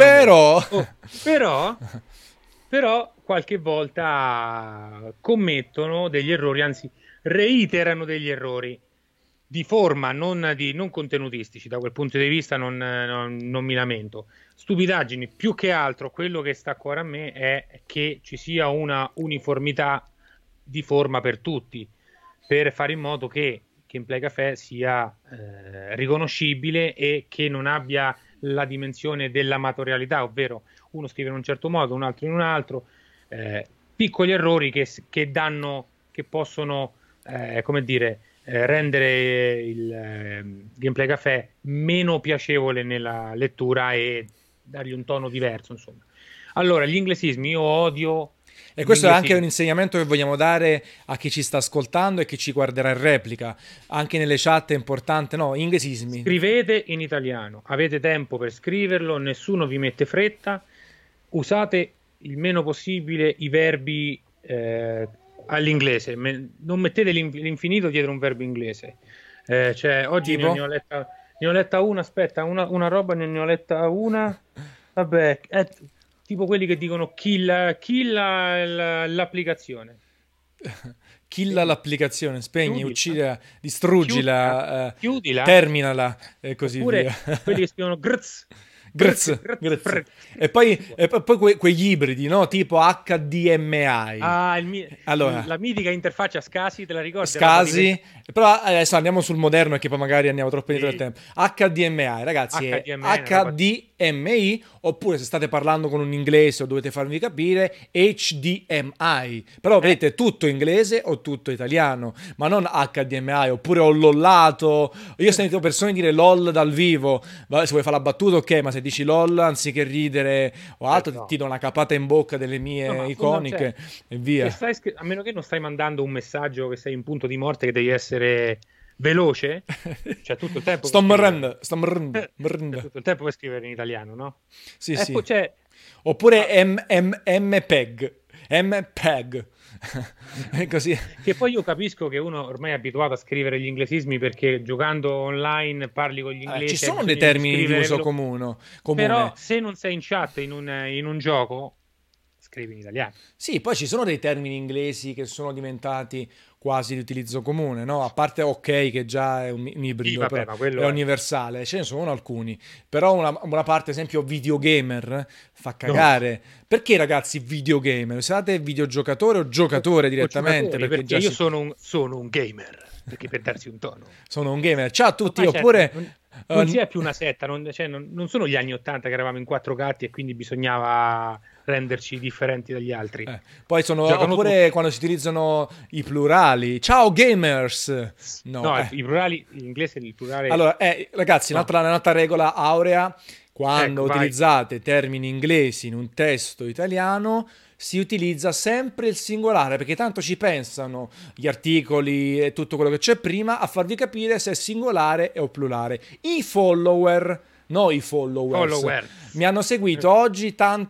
però qualche volta commettono degli errori, anzi reiterano degli errori di forma, non contenutistici. Da quel punto di vista non mi lamento. Stupidaggini, più che altro quello che sta a cuore a me è che ci sia una uniformità di forma per tutti, per fare in modo che Gameplay Café sia riconoscibile e che non abbia la dimensione dell'amatorialità, ovvero uno scrive in un certo modo, un altro in un altro, piccoli errori che possono rendere il Gameplay Café meno piacevole nella lettura e dargli un tono diverso, insomma. Allora, gli inglesismi io odio. E questo è anche un insegnamento che vogliamo dare a chi ci sta ascoltando e chi ci guarderà in replica. Anche nelle chat è importante, no? Inglesismi. Scrivete in italiano, avete tempo per scriverlo, nessuno vi mette fretta, usate il meno possibile i verbi all'inglese. Non mettete l'infinito dietro un verbo inglese. Cioè, oggi Tipo? ne ho letta una, aspetta, una roba, ne ho letta una. Vabbè, è tipo quelli che dicono l'applicazione. Killa Spegni, l'applicazione, spegni, chiudila, uccidila, chiudila, distruggila, chiudila. terminala e così via. Oppure quelli che scrivono grz, Grz, grz. E poi quegli ibridi, no? Tipo HDMI. Ah, Allora, la mitica interfaccia SCSI, te la ricordi? Roba di Scasi, però adesso andiamo sul moderno che poi magari andiamo troppo indietro sì, del tempo. HDMI, ragazzi, è HDMI, una roba HDMI, oppure se state parlando con un inglese o dovete farvi capire, HDMI. Però vedete, tutto inglese o tutto italiano, ma non HDMI, oppure ho lollato. Io ho sentito persone dire LOL dal vivo. Vabbè, se vuoi fare la battuta, ok, ma se dici LOL anziché ridere o altro, no. ti do una capata in bocca delle No, mie ma iconiche e via. a meno che non stai mandando un messaggio che sei in punto di morte che devi essere veloce, cioè tutto il tempo Sto per morendo, sto scrivere, morendo, c'è morendo. tutto il tempo per scrivere in italiano, no? Sì, E poi sì. c'è Oppure ah, MPEG. MPEG. È così. che poi io capisco che uno ormai è abituato a scrivere gli inglesismi perché giocando online parli con gli Ci inglesi, hai sono dei bisogno di termini di scrivere uso comune. però se non sei in chat in un gioco, scrivi in italiano. Sì, poi ci sono dei termini inglesi che sono diventati quasi di utilizzo comune, no? A parte ok, che già è un Sì, ibrido, vabbè, però ma è quello è... universale, ce ne sono alcuni. Però una parte, ad esempio, videogamer fa No, cagare. Perché, ragazzi, videogamer? Siete videogiocatore o giocatore o direttamente? giocatori, Perché perché già io si... sono un gamer, perché per darsi un tono. sono un gamer. Ciao a tutti, Ormai certo, oppure... non si è più una setta, non sono gli anni 80 che eravamo in quattro gatti e quindi bisognava renderci differenti dagli altri. Poi sono... Giocano Oppure tutti. quando si utilizzano i plurali. Ciao gamers! No, No, i plurali, in inglese il plurale... allora, ragazzi, No, un'altra regola aurea, quando ecco, vai. utilizzate termini inglesi in un testo italiano, si utilizza sempre il singolare, perché tanto ci pensano gli articoli e tutto quello che c'è prima a farvi capire se è singolare o plurale. I follower, no i followers. Followers. Mi hanno seguito oggi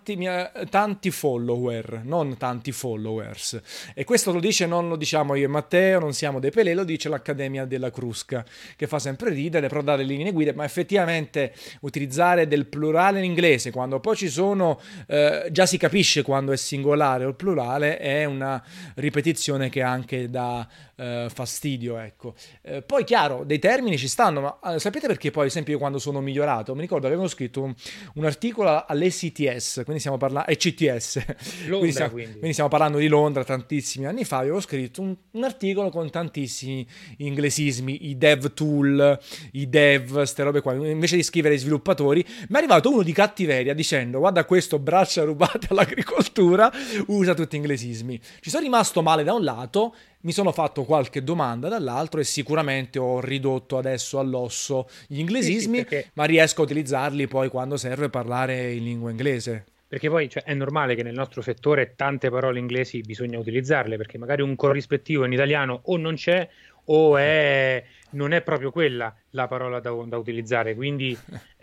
tanti follower, non tanti followers. E questo lo dice, non lo diciamo io e Matteo, non siamo dei Pelé, lo dice l'Accademia della Crusca, che fa sempre ridere, però dà le linee guida, ma effettivamente utilizzare del plurale in inglese, quando poi ci sono, già si capisce quando è singolare o plurale, è una ripetizione che anche dà fastidio, ecco. Poi chiaro, dei termini ci stanno, ma sapete perché poi, ad esempio, io quando sono migliorato, mi ricordo che avevo scritto un articolo all'ECTS, quindi stiamo parlando, ECTS, Londra, quindi stiamo parlando di Londra tantissimi anni fa, avevo scritto un articolo con tantissimi inglesismi, i dev tool, i dev, ste robe qua, invece di scrivere i sviluppatori, mi è arrivato uno di cattiveria dicendo, guarda questo braccia rubate all'agricoltura, usa tutti inglesismi. Ci sono rimasto male da un lato, mi sono fatto qualche domanda dall'altro e sicuramente ho ridotto adesso all'osso gli sì, sì, inglesismi, ma riesco a utilizzarli poi quando serve parlare in lingua inglese. perché poi cioè, è normale che nel nostro settore tante parole inglesi bisogna utilizzarle, perché magari un corrispettivo in italiano o non c'è o non è proprio quella la parola da utilizzare, quindi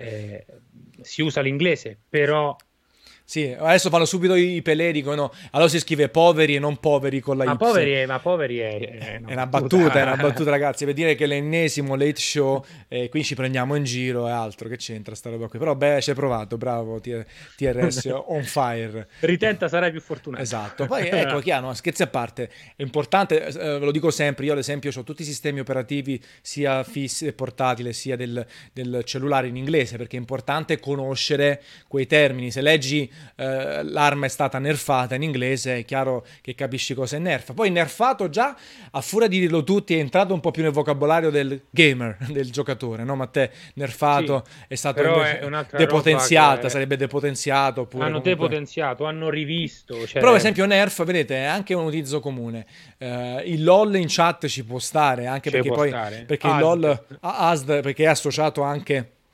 si usa l'inglese, però Sì, adesso fanno subito i Pelé, dicono, allora si scrive poveri e non poveri con la Y. ma poveri è È una una battuta, è una battuta. battuta, ragazzi, per dire che l'ennesimo late show, qui ci prendiamo in giro e altro, che c'entra sta roba qui. Però beh, ci hai provato, bravo, TRS on fire. Ritenta, sarai più fortunato. Esatto, poi ecco, chiaro, no, scherzi a parte, è importante, ve lo dico sempre, io ad esempio ho tutti i sistemi operativi sia fissi e portatile sia del cellulare in inglese, perché è importante conoscere quei termini. Se leggi l'arma è stata nerfata in inglese, è chiaro che capisci cosa è nerfa. Poi nerfato già, a furia di dirlo tutti, è entrato un po' più nel vocabolario del gamer, del giocatore, no? Ma te nerfato Sì, è stato però invece è un'altra roba depotenziata, che sarebbe depotenziato oppure hanno comunque... depotenziato, hanno rivisto, Però, per cioè, esempio, Nerf, vedete, è anche un utilizzo comune. Il LOL in chat ci può stare, anche ci perché può poi stare. perché il ASD, LOL ASD perché è associato anche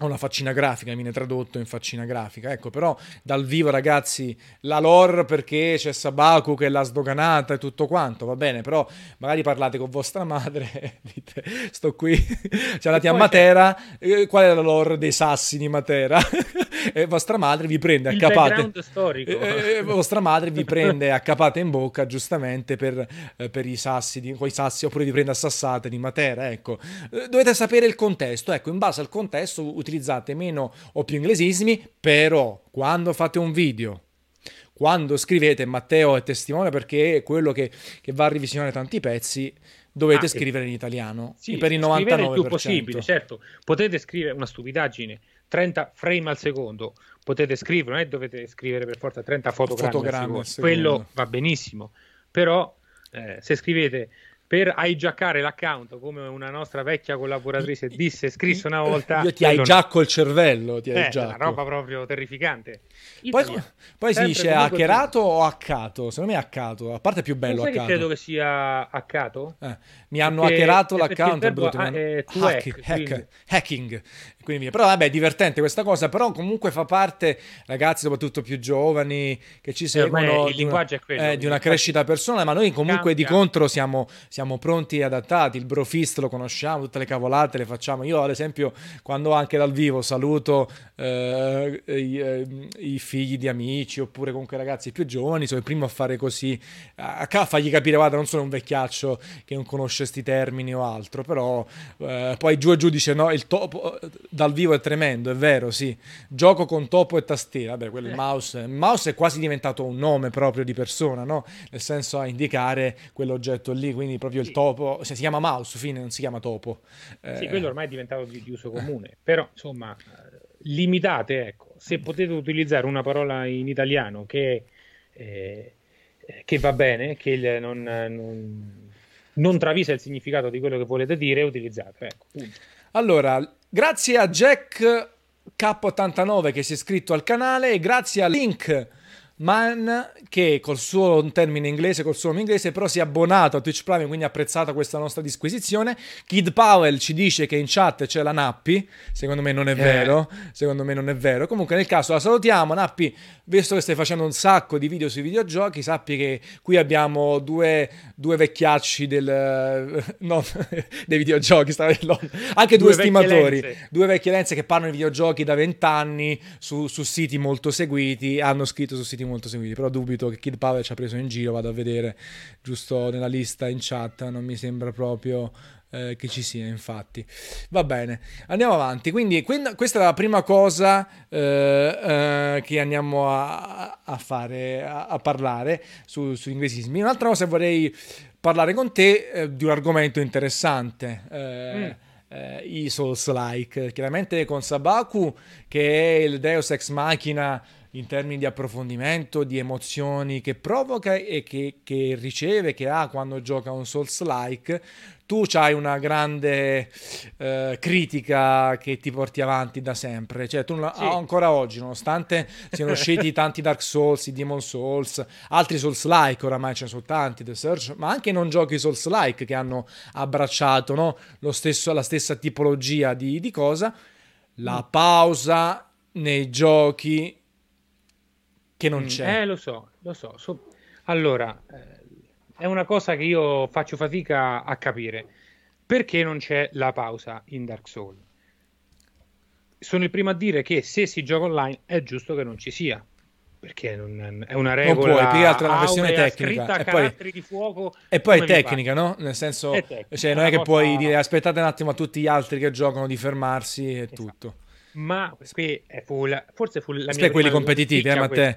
o una faccina grafica, viene tradotto in faccina grafica, ecco, però dal vivo ragazzi la lore perché c'è Sabaku che l'ha sdoganata e tutto quanto, va bene, però magari parlate con vostra madre, dite, sto qui, siamo andati a Matera, qual è la lore dei sassi di Matera? E vostra madre vi prende a capate, background storico. Vostra madre vi prende a capate in bocca giustamente per i sassi, quei sassi, oppure vi prende a sassate di Matera, ecco. Dovete sapere il contesto, ecco, in base al contesto utilizzate meno o più inglesismi, però quando fate un video, quando scrivete, Matteo è testimone perché è quello che va a revisionare tanti pezzi, dovete scrivere in italiano, sì, per il 99%. Il più possibile, certo. Potete scrivere una stupidaggine, 30 frame al secondo, potete scrivere, non è dovete scrivere per forza 30 fotogrammi al secondo. Quello va benissimo, però se scrivete per hijackare l'account, come una nostra vecchia collaboratrice scrisse una volta, io ti hijacco il cervello, è una roba proprio terrificante. Poi si dice hackerato o haccato? Secondo me è haccato, a parte è più bello hackato. Credo che sia hackato. Mi hanno hackerato l'account, hacking, quindi via. Però vabbè, è divertente questa cosa, però comunque fa parte, ragazzi, soprattutto più giovani che ci seguono, il linguaggio è quello, di una crescita personale, ma noi comunque di contro siamo pronti e adattati, il brofist lo conosciamo, tutte le cavolate le facciamo. Io ad esempio quando anche dal vivo saluto i figli di amici oppure comunque ragazzi più giovani, sono il primo a fare così, a fargli capire, guarda, non sono un vecchiaccio che non conosce sti termini o altro, però poi giù e giù dice no, il topo dal vivo è tremendo, è vero, sì, gioco con topo e tastiera, vabbè, quello il mouse è quasi diventato un nome proprio di persona, no? Nel senso a indicare quell'oggetto lì, quindi proprio il topo, si chiama mouse, fine, non si chiama topo. Sì, quello ormai è diventato di uso comune, però insomma limitate, ecco, se potete utilizzare una parola in italiano che va bene, che non travisa il significato di quello che volete dire, utilizzate, ecco, punto. Allora, grazie a Jack K89 che si è iscritto al canale e grazie a Link Man che col suo termine inglese, col suo nome inglese, però si è abbonato a Twitch Prime, quindi ha apprezzato questa nostra disquisizione. Kid Powell ci dice che in chat c'è la Nappi, secondo me non è vero, comunque nel caso la salutiamo. Nappi, visto che stai facendo un sacco di video sui videogiochi, sappi che qui abbiamo due vecchiacci dei videogiochi, anche due stimatori, due vecchie lenze che parlano di videogiochi da 20 anni su siti molto seguiti, hanno scritto su siti molto seguiti, però dubito che Kid Power ci ha preso in giro, vado a vedere giusto nella lista in chat, non mi sembra proprio che ci sia, infatti. Va bene, andiamo avanti. Quindi questa è la prima cosa che andiamo a fare, a parlare su inglesismi. Un'altra cosa vorrei parlare con te di un argomento interessante. I Souls-like, chiaramente con Sabaku che è il Deus Ex Machina in termini di approfondimento, di emozioni che provoca e che riceve, che ha quando gioca un Souls-like. Tu c'hai una grande critica che ti porti avanti da sempre, cioè tu ancora oggi, nonostante siano usciti tanti Dark Souls, i Demon Souls, altri Souls-like, oramai ce ne sono tanti, The Surge, ma anche non giochi Souls-like che hanno abbracciato, no? La stessa tipologia di cosa, la pausa nei giochi che non c'è. Lo so. Allora, è una cosa che io faccio fatica a capire. Perché non c'è la pausa in Dark Souls? Sono il primo a dire che se si gioca online è giusto che non ci sia. Perché è una regola. Non puoi, più che altro è una questione tecnica. E poi è tecnica, no? Nel senso, cioè, non è che puoi dire aspettate un attimo a tutti gli altri che giocano di fermarsi e tutto. Ma qui è forse fu la mia quelli competitivi, Matteo,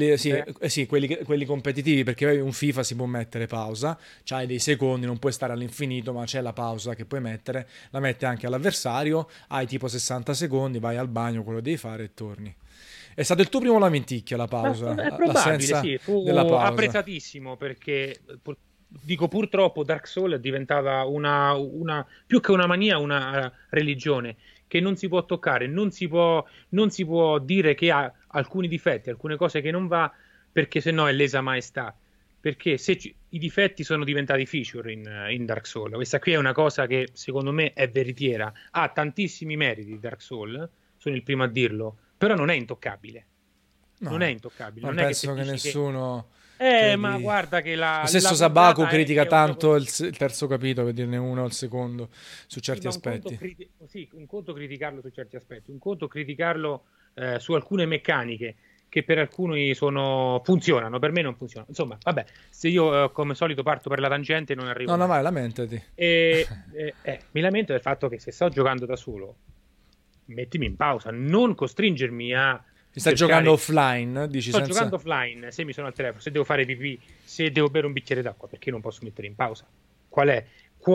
quelli competitivi, perché un FIFA si può mettere pausa, c'hai dei secondi, non puoi stare all'infinito, ma c'è la pausa che puoi mettere, la mette anche all'avversario, hai tipo 60 secondi, vai al bagno, quello devi fare e torni. È stato il tuo primo lamenticchia la pausa? È probabile, sì, fu apprezzatissimo perché dico purtroppo Dark Souls è diventata una più che una mania, una religione che non si può toccare, non si può dire che ha alcuni difetti, alcune cose che non va, perché sennò è lesa maestà. Perché i difetti sono diventati feature in Dark Souls. Questa qui è una cosa che secondo me è veritiera, ha tantissimi meriti Dark Souls, sono il primo a dirlo, però non è intoccabile. Non è No, intoccabile, non non è che penso se che dici che nessuno ma credi. guarda che Lo la stesso Sabaku guardata critica è un gioco. tanto il terzo capitolo, per dirne uno o il secondo, su Sì, certi ma aspetti. sì, un conto criticarlo su certi aspetti, un conto criticarlo su alcune meccaniche che per alcuni funzionano, per me non funzionano. Insomma, vabbè, se io come solito parto per la tangente non No, arrivo no, mai. vai, lamentati. Mi lamento del fatto che se sto giocando da solo, mettimi in pausa, non costringermi a Si sta giocando cercare. offline, dici Sto senza... giocando offline, se mi sono al telefono, se devo fare pipì, se devo bere un bicchiere d'acqua, perché non posso mettere in pausa? Qual è?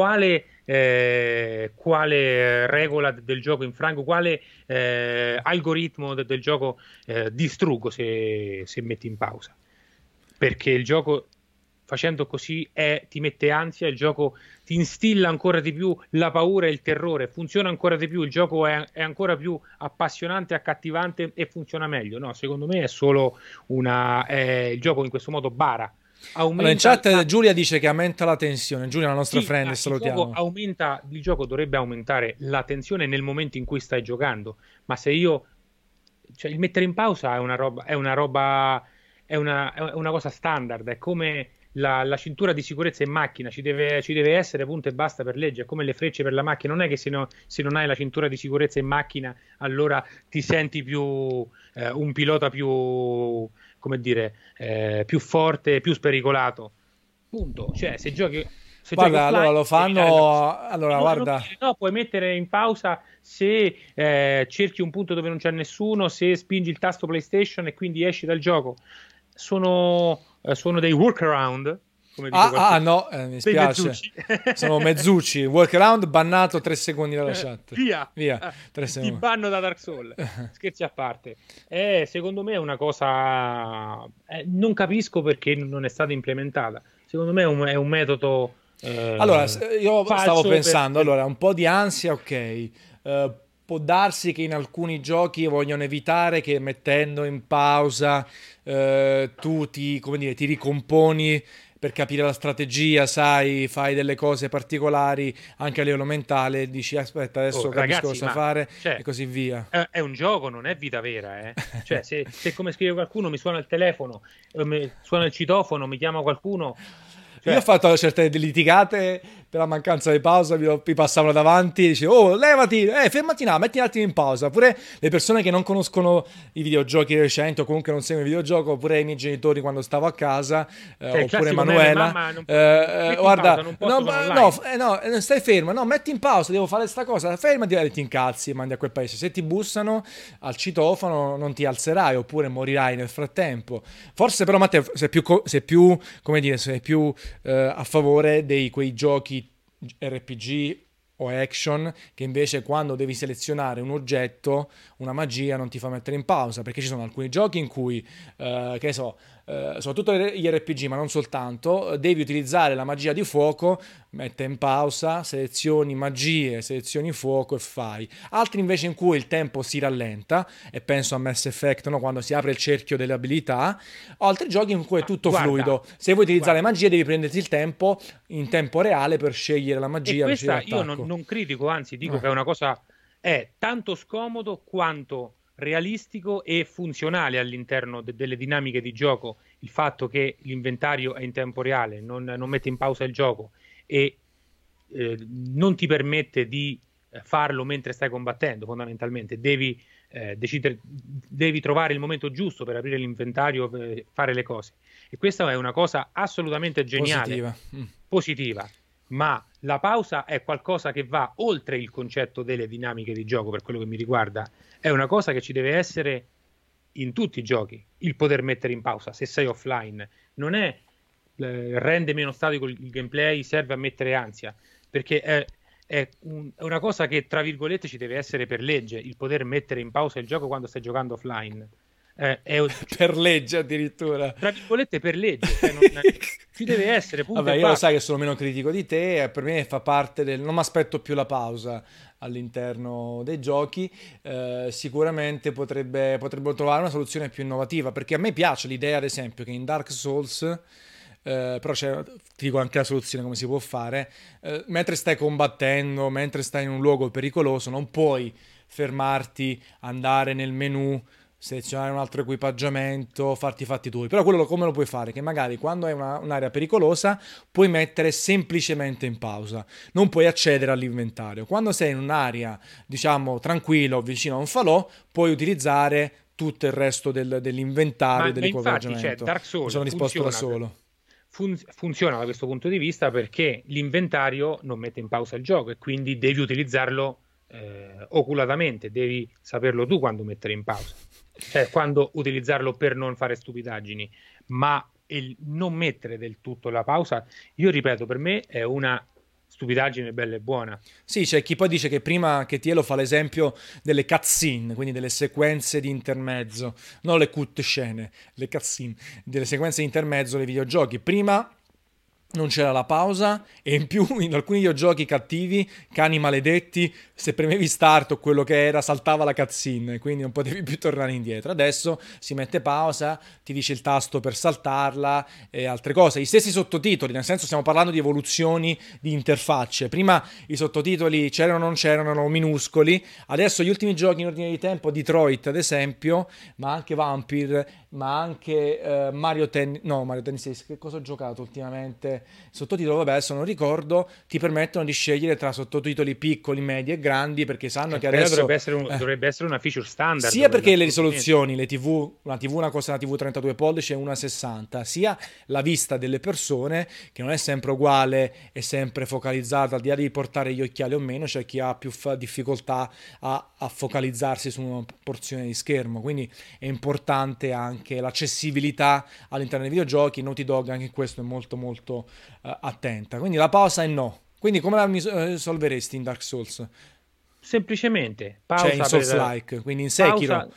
Quale regola del gioco infrango? Quale algoritmo del gioco distruggo se metti in pausa? Perché il gioco facendo così ti mette ansia, il gioco ti instilla ancora di più la paura e il terrore, funziona ancora di più, il gioco è ancora più appassionante, accattivante e funziona meglio. No, secondo me è solo il gioco in questo modo bara, Allora, in aumenta chat Giulia dice che aumenta la tensione. Giulia, la nostra sì, friend, salutiamo. il gioco dovrebbe aumentare la tensione nel momento in cui stai giocando, ma se io, cioè il mettere in pausa è una cosa standard, è come la cintura di sicurezza in macchina, ci deve essere punto e basta per legge, è come le frecce per la macchina, non è che se non hai la cintura di sicurezza in macchina allora ti senti più un pilota più, come dire, più forte, più spericolato. Punto. Cioè, se giochi Guarda, allora offline, lo devi dare la possibilità. fanno... Allora, Non guarda... dire no, puoi mettere in pausa se cerchi un punto dove non c'è nessuno, se spingi il tasto PlayStation e quindi esci dal gioco. Sono dei workaround, come dice qualcuno, No, mi dei spiace. mezzucci. Sono mezzucci. Workaround bannato 3 secondi dalla chat. Via. Via, Ah, 3 ti secondi. banno da Dark Souls. Scherzi a parte. Secondo me è una cosa. Non capisco perché non è stata implementata. Secondo me è un metodo Allora, io stavo falso pensando, allora, un po' di ansia, ok. Può darsi che in alcuni giochi vogliono evitare che mettendo in pausa tu come dire, ti ricomponi per capire la strategia, sai, fai delle cose particolari anche a livello mentale, dici aspetta, Oh, adesso capisco ragazzi, cosa ma fare cioè, e così via. è un gioco, non è vita vera, eh. Cioè, se come scrive qualcuno mi suona il telefono, mi suona il citofono, mi chiama qualcuno, Io ho cioè, fatto certe litigate per la mancanza di pausa, mi passavano davanti, dicevo, oh, levati, fermati, no, metti un attimo in pausa. Pure le persone che non conoscono i videogiochi recenti o comunque non seguono il videogioco, oppure i miei genitori quando stavo a casa, cioè il oppure classico meme, Manuela, mamma, metti in pausa, guarda, non no, posso, sono no, online. no, stai ferma, no, metti in pausa, devo fare sta cosa, fermati e ti incazzi e mandi a quel paese. Se ti bussano al citofono non ti alzerai, oppure morirai nel frattempo. Forse però Matteo, sei più, come dire, sei più a favore di quei giochi RPG o action che invece quando devi selezionare un oggetto, una magia, non ti fa mettere in pausa, perché ci sono alcuni giochi in cui, che ne so, soprattutto gli RPG, ma non soltanto, devi utilizzare la magia di fuoco, mette in pausa, selezioni magie, selezioni fuoco e fai. Altri invece in cui il tempo si rallenta, e penso a Mass Effect, no? Quando si apre il cerchio delle abilità, o altri giochi in cui è Ma tutto guarda, fluido. Se vuoi utilizzare guarda, magie devi prenderti il tempo in tempo reale per scegliere la e magia, per questa scegliere io non, l'attacco. non critico, anzi dico Eh. che è una cosa, è tanto scomodo quanto realistico e funzionale all'interno delle dinamiche di gioco il fatto che l'inventario è in tempo reale, non mette in pausa il gioco e non ti permette di farlo mentre stai combattendo, fondamentalmente. Devi trovare il momento giusto per aprire l'inventario, per fare le cose. E questa è una cosa assolutamente geniale, Positiva. positiva, ma la pausa è qualcosa che va oltre il concetto delle dinamiche di gioco, per quello che mi riguarda. È una cosa che ci deve essere in tutti i giochi, il poter mettere in pausa se sei offline. Non è rende meno statico il gameplay, serve a mettere ansia, perché è una cosa che, tra virgolette, ci deve essere per legge, il poter mettere in pausa il gioco quando stai giocando offline. Per legge addirittura. Tra virgolette per legge, cioè ci deve essere, punto Vabbè, e io lo basta. sai che sono meno critico di te, per me fa parte del... non mi aspetto più la pausa all'interno dei giochi, sicuramente potrebbero trovare una soluzione più innovativa, perché a me piace l'idea, ad esempio, che in Dark Souls però ti dico anche la soluzione come si può fare. Mentre stai combattendo, mentre stai in un luogo pericoloso, non puoi fermarti, andare nel menu, selezionare un altro equipaggiamento, farti i fatti tuoi. Però quello come lo puoi fare? Che magari quando è un'area pericolosa puoi mettere semplicemente in pausa, non puoi accedere all'inventario. Quando sei in un'area, diciamo, tranquillo, vicino a un falò, puoi utilizzare tutto il resto dell'inventario, Ma infatti, dell'equipaggiamento. Dark Mi Souls sono risposto da solo. funziona da questo punto di vista perché l'inventario non mette in pausa il gioco e quindi devi utilizzarlo oculatamente, devi saperlo tu quando mettere in pausa, cioè quando utilizzarlo per non fare stupidaggini, ma il non mettere del tutto la pausa, io ripeto, per me è una stupidaggine bella e buona. Sì, c'è chi poi dice che prima che Tielo fa l'esempio delle cutscene, quindi delle sequenze di intermezzo, non le cutscene, le cutscene, delle sequenze di intermezzo dei videogiochi. Prima non c'era la pausa e in più in alcuni videogiochi cattivi, cani maledetti, se premevi start o quello che era saltava la cutscene, quindi non potevi più tornare indietro. Adesso si mette pausa, ti dice il tasto per saltarla e altre cose. Gli stessi sottotitoli, nel senso stiamo parlando di evoluzioni di interfacce. Prima i sottotitoli c'erano o non c'erano, erano minuscoli. Adesso gli ultimi giochi in ordine di tempo, Detroit ad esempio, ma anche Vampire, ma anche Mario Tennis, che cosa ho giocato ultimamente? Sottotitolo, vabbè, adesso non ricordo, ti permettono di scegliere tra sottotitoli piccoli, medi e grandi, perché sanno che adesso dovrebbe essere una feature standard, sia perché le risoluzioni, le TV, una cosa è una TV 32 pollici e una 60, sia la vista delle persone che non è sempre uguale e sempre focalizzata, al di là di portare gli occhiali o meno, c'è chi ha più difficoltà a focalizzarsi su una porzione di schermo, quindi è importante anche l'accessibilità all'interno dei videogiochi. Naughty Dog anche in questo è molto molto attenta, quindi la pausa è no. Quindi come la risolveresti in Dark Souls? Semplicemente pausa, cioè in Souls-like, quindi in Sekiro. Pausa.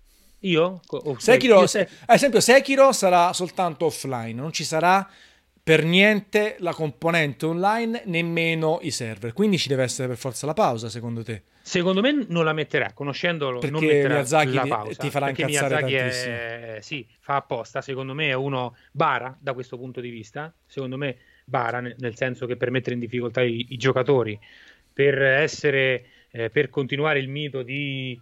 Io? Sekiro, ad esempio Sekiro sarà soltanto offline, non ci sarà per niente la componente online, nemmeno i server, quindi ci deve essere per forza la pausa, secondo te? Secondo me non la metterà, conoscendolo, perché non metterà Miyazaki la pausa, ti farà perché incazzare Miyazaki tantissimo. sì, fa apposta, secondo me è uno bara da questo punto di vista, secondo me bara nel senso che per mettere in difficoltà i giocatori, per essere per continuare il mito di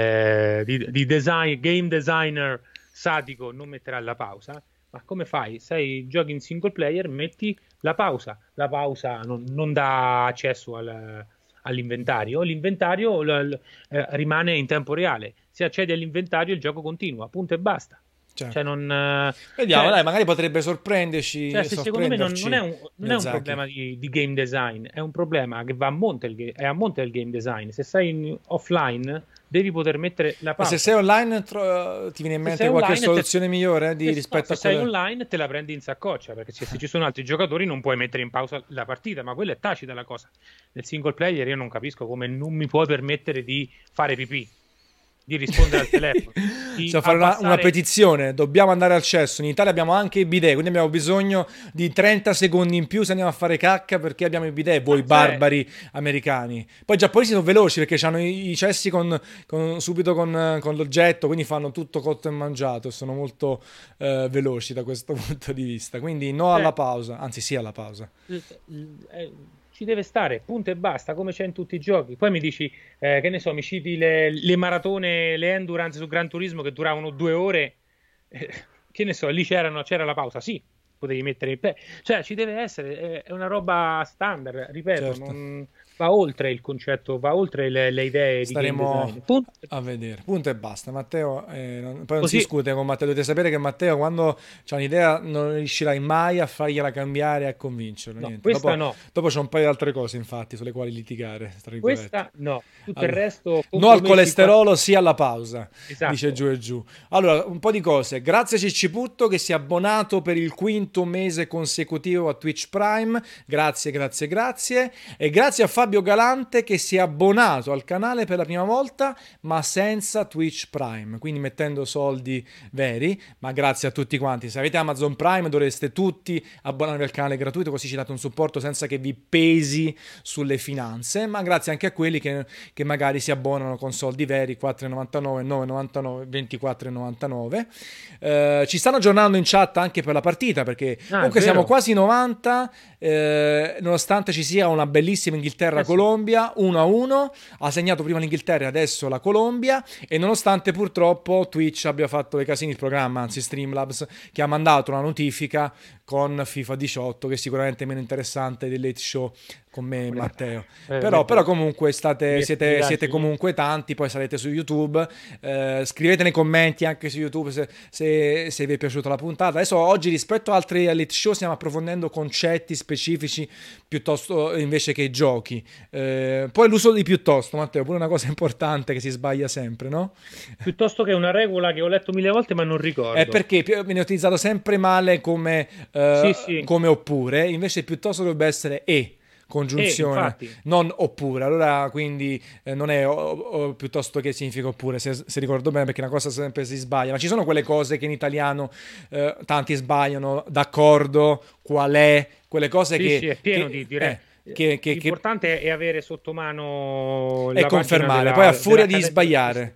game designer sadico, non metterà la pausa. Ma come fai? Giochi in single player, metti la pausa non dà accesso all'inventario, l'inventario rimane in tempo reale, se accedi all'inventario il gioco continua, punto e basta. Certo. Cioè non, vediamo, dai, magari potrebbe sorprenderci. Cioè, secondo me non è un Miyazaki. problema di game design, è un problema che va a monte, è a monte del game design. Se sei offline devi poter mettere la pausa. E se sei online ti viene in mente qualche soluzione migliore rispetto a se sei online te la prendi in saccoccia, perché se ci sono altri giocatori non puoi mettere in pausa la partita, ma quella è tacita la cosa. Nel single player io non capisco come non mi puoi permettere di fare pipì, di rispondere al telefono, fare una petizione, dobbiamo andare al cesso. In Italia abbiamo anche i bidet, quindi abbiamo bisogno di 30 secondi in più se andiamo a fare cacca, perché abbiamo i bidet, voi barbari americani. Poi i giapponesi sono veloci perché hanno i cessi subito con l'oggetto, quindi fanno tutto cotto e mangiato, sono molto veloci da questo punto di vista, quindi no alla pausa, anzi sì alla pausa. Ci deve stare, punto e basta, come c'è in tutti i giochi. Poi mi dici, che ne so, mi citi le maratone, le endurance su Gran Turismo che duravano 2 ore, che ne so, lì c'era la pausa, sì, potevi mettere il cioè ci deve essere, è una roba standard, ripeto, certo. Va oltre il concetto, va oltre le idee staremo di game design. A vedere, punto e basta. Matteo poi non si discute con Matteo, dovete sapere che Matteo quando c'ha un'idea non riuscirai mai a fargliela cambiare e a convincerlo, no, questa dopo c'è un paio di altre cose infatti sulle quali litigare, questa no, tutto il resto no al colesterolo, sì alla pausa, esatto. Dice giù e giù. Allora, un po' di cose. Grazie Cicciputto che si è abbonato per il 5º mese consecutivo a Twitch Prime, grazie e grazie a Fabio Fabio Galante che si è abbonato al canale per la prima volta, ma senza Twitch Prime, quindi mettendo soldi veri, ma grazie a tutti quanti. Se avete Amazon Prime dovreste tutti abbonarvi al canale gratuito, così ci date un supporto senza che vi pesi sulle finanze, ma grazie anche a quelli che magari si abbonano con soldi veri, 4,99, 9,99, 24,99. Ci stanno aggiornando in chat anche per la partita, perché comunque siamo quasi 90, nonostante ci sia una bellissima Inghilterra-Colombia, 1-1, ha segnato prima l'Inghilterra e adesso la Colombia, e nonostante purtroppo Twitch abbia fatto dei casini il programma, anzi Streamlabs, che ha mandato una notifica con FIFA 18, che è sicuramente meno interessante del Late Show con me e Matteo. Però comunque siete comunque tanti, poi sarete su YouTube, scrivete nei commenti anche su YouTube se vi è piaciuta la puntata. Adesso oggi rispetto a altri Late Show stiamo approfondendo concetti specifici piuttosto invece che giochi. Poi l'uso di piuttosto, Matteo, pure una cosa importante che si sbaglia sempre, no? Piuttosto che una regola che ho letto 1000 volte ma non ricordo. È perché viene utilizzato sempre male come oppure, invece piuttosto dovrebbe essere congiunzione, non oppure. Allora quindi non è piuttosto che significa oppure, se ricordo bene, perché una cosa sempre si sbaglia, ma ci sono quelle cose che in italiano tanti sbagliano, d'accordo, qual è, quelle cose che è pieno di l'importante è avere sotto mano e confermare, poi a furia di sbagliare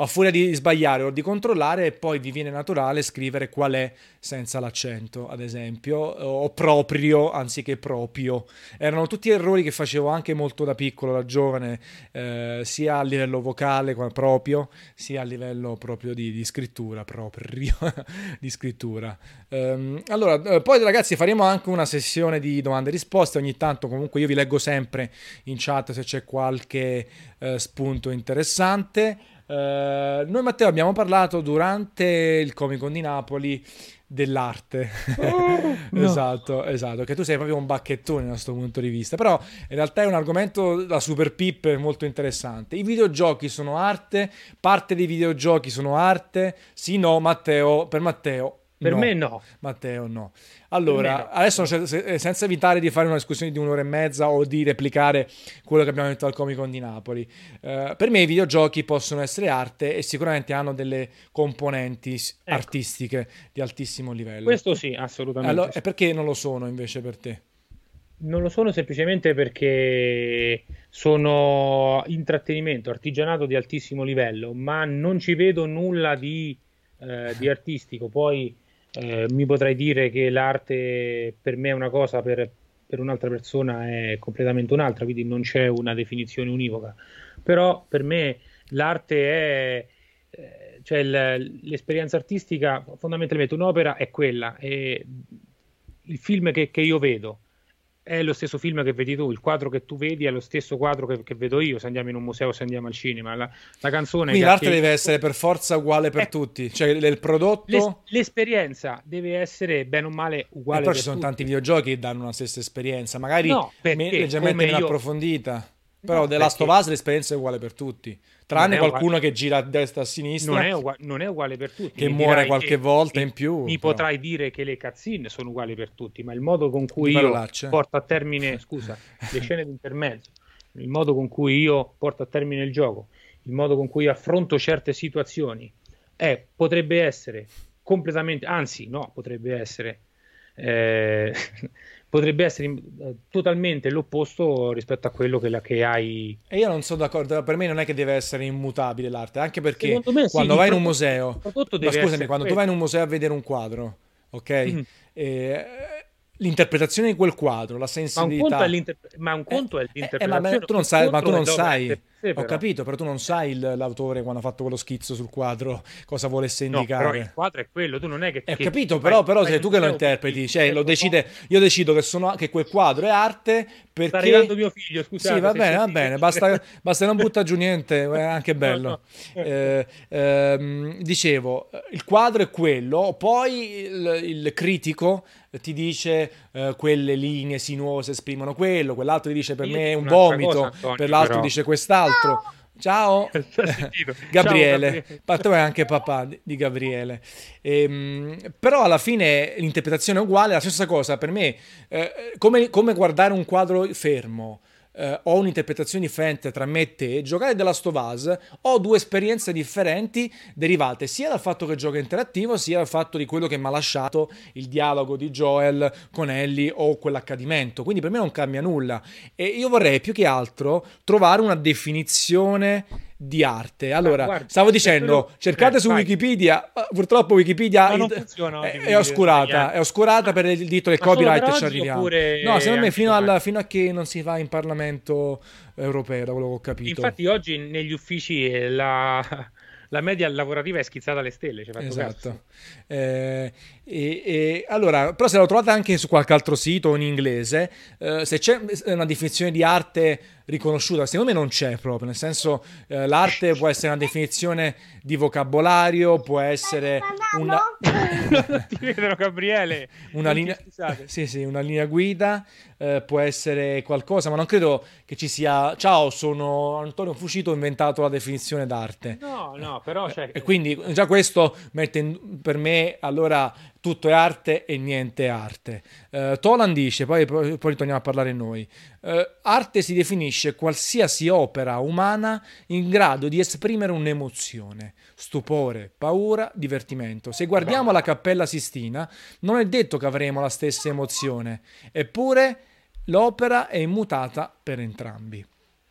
o di controllare, poi vi viene naturale scrivere qual è senza l'accento, ad esempio, o proprio anziché proprio. Erano tutti errori che facevo anche molto da piccolo, da giovane, sia a livello vocale come proprio, sia a livello proprio di scrittura, proprio di scrittura. Allora, poi ragazzi faremo anche una sessione di domande e risposte, ogni tanto comunque io vi leggo sempre in chat se c'è qualche spunto interessante. Noi, Matteo, abbiamo parlato durante il Comic Con di Napoli dell'arte. No. esatto, che tu sei proprio un bacchettone da questo punto di vista, però in realtà è un argomento da super pip molto interessante. I videogiochi sono arte, parte dei videogiochi sono arte, sì, no, Matteo, per Matteo per me no. Matteo no. Allora, adesso senza evitare di fare una discussione di un'ora e mezza o di replicare quello che abbiamo detto al Comic Con di Napoli, per me i videogiochi possono essere arte e sicuramente hanno delle componenti artistiche di altissimo livello. Questo sì, assolutamente. Allora, e perché non lo sono invece per te? Non lo sono semplicemente perché sono intrattenimento, artigianato di altissimo livello, ma non ci vedo nulla di artistico. Poi mi potrai dire che l'arte per me è una cosa, per un'altra persona è completamente un'altra, quindi non c'è una definizione univoca. Però per me l'arte è cioè l'esperienza artistica, fondamentalmente un'opera è quella, e il film che io vedo è lo stesso film che vedi tu, il quadro che tu vedi è lo stesso quadro che vedo io, se andiamo in un museo, se andiamo al cinema. La canzone. Quindi l'arte deve essere per forza uguale per tutti, cioè il prodotto. L'esperienza deve essere bene o male uguale però per ci sono tutti. Tanti videogiochi che danno una stessa esperienza, magari leggermente meno approfondita. Però The Last of Us l'esperienza è uguale per tutti, tranne qualcuno che gira a destra e a sinistra. Non è uguale per tutti. Che muore qualche volta in più. Mi potrai dire che le cutscene sono uguali per tutti, ma il modo con cui io porto a termine, le scene di intermezzo, il modo con cui io porto a termine il gioco, il modo con cui affronto certe situazioni, potrebbe essere completamente, anzi no, potrebbe essere totalmente l'opposto rispetto a quello che hai. E io non sono d'accordo, per me non è che deve essere immutabile l'arte, anche perché quando vai in un museo, quando tu vai in un museo a vedere un quadro, ok? L'interpretazione di quel quadro, la sensibilità. Ma un conto è l'interpretazione. Tu non sai, ho capito, però tu non sai l'autore quando ha fatto quello schizzo sul quadro cosa volesse indicare. Però il quadro è quello, tu non è che. Ho capito, però sei tu che lo interpreti, cioè io decido che quel quadro è arte perché. Sta arrivando mio figlio, scusate. Sì, va bene, basta non butta giù niente, è anche bello. Dicevo, il quadro è quello, poi il critico ti dice quelle linee sinuose esprimono quello, quell'altro ti dice per me è un vomito, per l'altro dice quest'altro. Ciao Gabriele, ma tu è anche papà di Gabriele. Però alla fine l'interpretazione è uguale, la stessa cosa per me, come guardare un quadro fermo. ho un'interpretazione differente tra me e te, giocare The Last of Us, ho due esperienze differenti derivate sia dal fatto che gioco interattivo, sia dal fatto di quello che mi ha lasciato il dialogo di Joel con Ellie o quell'accadimento. Quindi per me non cambia nulla. E io vorrei più che altro trovare una definizione di arte. Allora, Guarda, stavo dicendo, cercate su vai. Wikipedia, purtroppo Wikipedia Ma non funziona oggi è Wikipedia. è oscurata per il diritto del Ma solo per copyright e ci oggi arriviamo. oppure No, secondo me anche domani? fino a che non si va in Parlamento europeo, da quello che ho capito. Infatti oggi negli uffici la media lavorativa è schizzata alle stelle, ci hai fatto caso? Esatto. Allora, però se lo trovate anche su qualche altro sito in inglese, se c'è una definizione di arte riconosciuta, secondo me non c'è proprio, nel senso l'arte può essere una definizione di vocabolario, può essere una, Non ti vedono, Gabriele. una Non ti linea, scusate. sì, sì, una linea guida, può essere qualcosa, ma non credo che ci sia, ciao, sono Antonio Fucito, ho inventato la definizione d'arte. No, no, però E quindi già questo mette per me allora tutto è arte e niente è arte. Tolan dice, poi ritorniamo a parlare noi, arte si definisce qualsiasi opera umana in grado di esprimere un'emozione, stupore, paura, divertimento. Se guardiamo la Cappella Sistina, non è detto che avremo la stessa emozione, eppure l'opera è immutata per entrambi.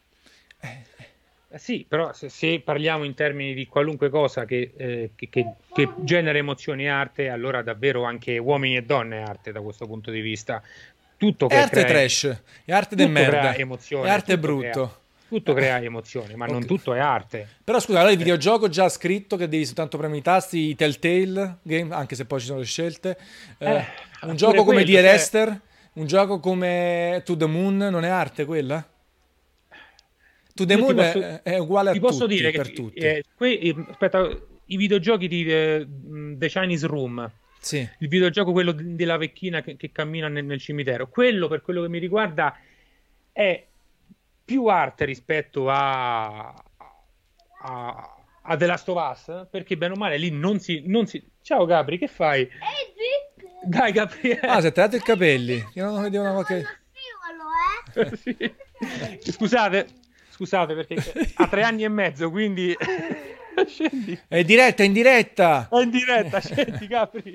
Sì, però se parliamo in termini di qualunque cosa che genera emozioni e arte, allora davvero anche uomini e donne è arte da questo punto di vista. Tutto È che arte crea, trash, è arte del tutto crea merda, è emozione, arte brutto. tutto crea emozione, ma non Ok. tutto è arte. Però scusa, allora il videogioco già scritto che devi soltanto premere i tasti, i Telltale Game, anche se poi ci sono le scelte. Eh, Un pure gioco come quello, Dear cioè, Esther, un gioco come To the Moon non è arte quella? To the io Moon è uguale a ti posso tutti, dire che per tutti. aspetta, i videogiochi di The Chinese Room, Sì. il videogioco quello della vecchina che cammina nel cimitero, quello per quello che mi riguarda è più arte rispetto a The Last of Us, perché bene o male lì non si. Ciao Gabri, che fai? Dai Ah, Gabriele. si è tagliato i capelli. Io non vedevo una qualche... Sì. Scusate perché ha 3 anni e mezzo, quindi scendi. È in diretta, è in diretta! È in diretta, scendi Gabri.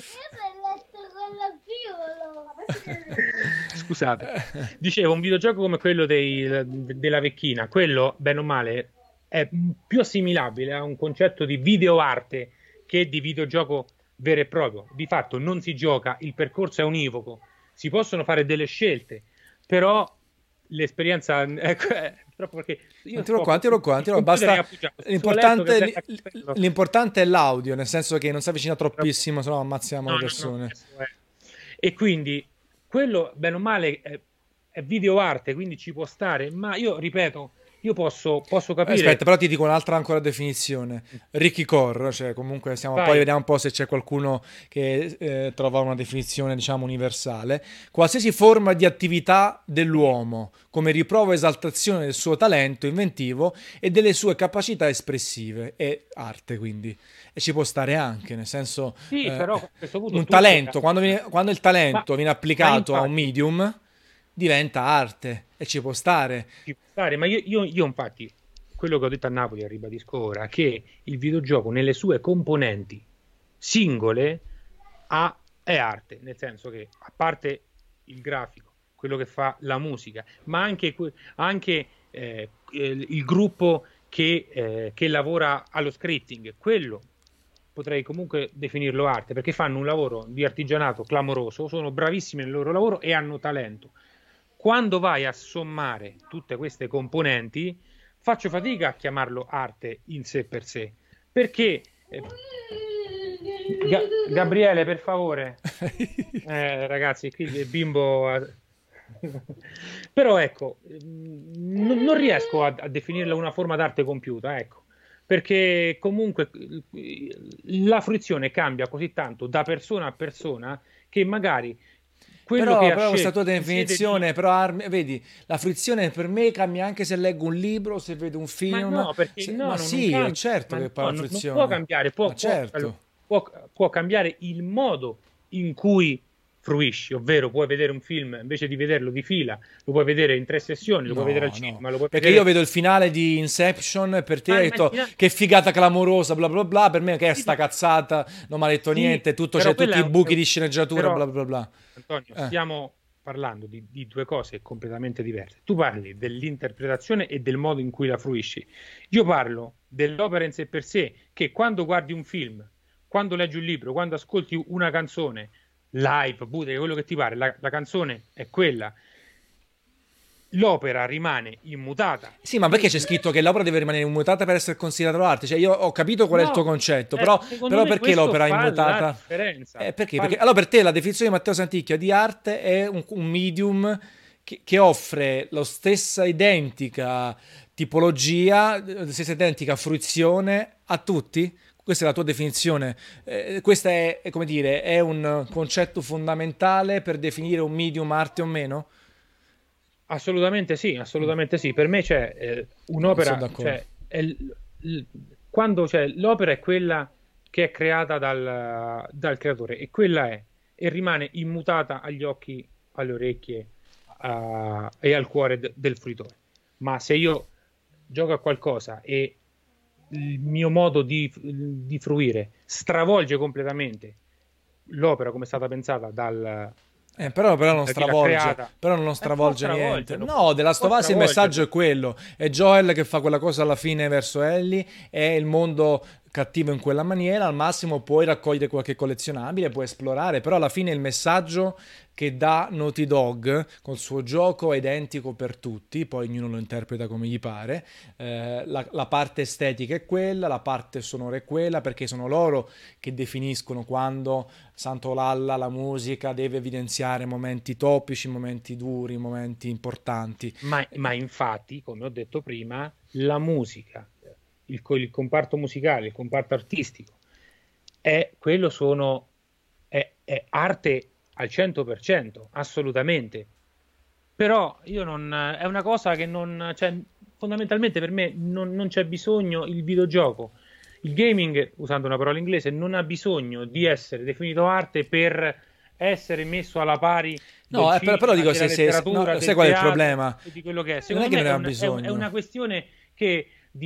Scusate. Dicevo, un videogioco come quello della vecchina, quello, bene o male, è più assimilabile a un concetto di videoarte che di videogioco vero e proprio. Di fatto non si gioca, il percorso è univoco, si possono fare delle scelte, però l'esperienza è troppo perché io Tiro qua, tiro qua, tiro qua. Basta... L'importante è l'audio, nel senso che non si avvicina troppissimo, sennò ammazziamo le persone. No. E quindi quello, bene o male, è videoarte, quindi ci può stare, ma io ripeto, io posso capire. Aspetta, però ti dico un'altra ancora definizione. Ricky Core, cioè comunque Vai. poi vediamo un po' se c'è qualcuno che trova una definizione, diciamo, universale. Qualsiasi forma di attività dell'uomo, come riprova e esaltazione del suo talento inventivo e delle sue capacità espressive, è arte, quindi. E ci può stare anche, nel senso, Sì, però a questo punto un tutto talento, è- quando il talento Ma- viene ma applicato a un infatti, medium, diventa arte e ci può stare. ci può stare, ma io infatti, quello che ho detto a Napoli, e ribadisco ora, che il videogioco nelle sue componenti singole è arte, nel senso che a parte il grafico, quello che fa la musica, ma anche il gruppo che lavora allo scripting, quello potrei comunque definirlo arte, perché fanno un lavoro di artigianato clamoroso, sono bravissimi nel loro lavoro e hanno talento. Quando vai a sommare tutte queste componenti, faccio fatica a chiamarlo arte in sé per sé, perché Gabriele, per favore, ragazzi, qui il bimbo. Però ecco, non riesco a definirla una forma d'arte compiuta, ecco, perché comunque la fruizione cambia così tanto da persona a persona che magari quello che ha Però questa tua scelto in sede definizione, di. però vedi, la fruizione per me cambia anche se leggo un libro, se vedo un Ma film. no, perché no, Ma non sì, è cambia. certo Ma che no, parla non fruizione. può cambiare, Ma certo. può cambiare il modo in cui fruisci, ovvero puoi vedere un film invece di vederlo di fila, lo puoi vedere in 3 sessioni, lo puoi vedere al cinema, lo puoi perché vedere... io vedo il finale di Inception e per te hai Ma detto che figata clamorosa, bla bla bla, per me che è sta cazzata, non mi ha detto sì, niente, tutto, però c'è quella tutti i buchi di sceneggiatura, però, bla bla bla. Antonio, Eh. stiamo parlando di due cose completamente diverse. Tu parli dell'interpretazione e del modo in cui la fruisci. Io parlo dell'opera in sé per sé, che quando guardi un film, quando leggi un libro, quando ascolti una canzone, live, Buddha, quello che ti pare, la canzone è quella. L'opera rimane immutata. Sì, ma perché c'è scritto che l'opera deve rimanere immutata per essere considerata arte? Cioè, io ho capito qual è il tuo No, concetto, però, secondo però me perché questo l'opera è fa la immutata? differenza. Perché? Perché allora per te la definizione di Matteo Santicchia di arte è un medium che offre la stessa identica tipologia, la stessa identica fruizione a tutti? Questa è la tua definizione. Questo è, come dire, è un concetto fondamentale per definire un medium arte o meno? Assolutamente sì, assolutamente sì. Per me c'è No, non sono un'opera, d'accordo. cioè, quando c'è l'opera è quella che è creata dal creatore e quella è e rimane immutata agli occhi, alle orecchie e al cuore del fruitore. Ma se io gioco a qualcosa e il mio modo di fruire stravolge completamente l'opera come è stata pensata Però non da chi l'ha stravolge, creata, però non può stravolge niente. stravolgerlo, No, della può Stovaz il messaggio stravolgerlo. è quello. È Joel che fa quella cosa alla fine verso Ellie, è il mondo cattivo in quella maniera, al massimo puoi raccogliere qualche collezionabile, puoi esplorare, però alla fine il messaggio che dà Naughty Dog col suo gioco è identico per tutti, poi ognuno lo interpreta come gli pare. La parte estetica è quella, la parte sonora è quella, perché sono loro che definiscono quando Santo Lalla, la musica deve evidenziare momenti topici, momenti duri, momenti importanti. Ma infatti, come ho detto prima, la musica, il comparto musicale, il comparto artistico, è arte al 100%, assolutamente. Però io non, è una cosa che non, cioè, fondamentalmente per me non c'è bisogno il videogioco. Il gaming, usando una parola inglese, non ha bisogno di essere definito arte per essere messo alla pari del No, però cinema, dico della no, letteratura, sai del qual è il teatro problema? e di quello che è. Non è Secondo che me non ne è, ha è bisogno. una questione che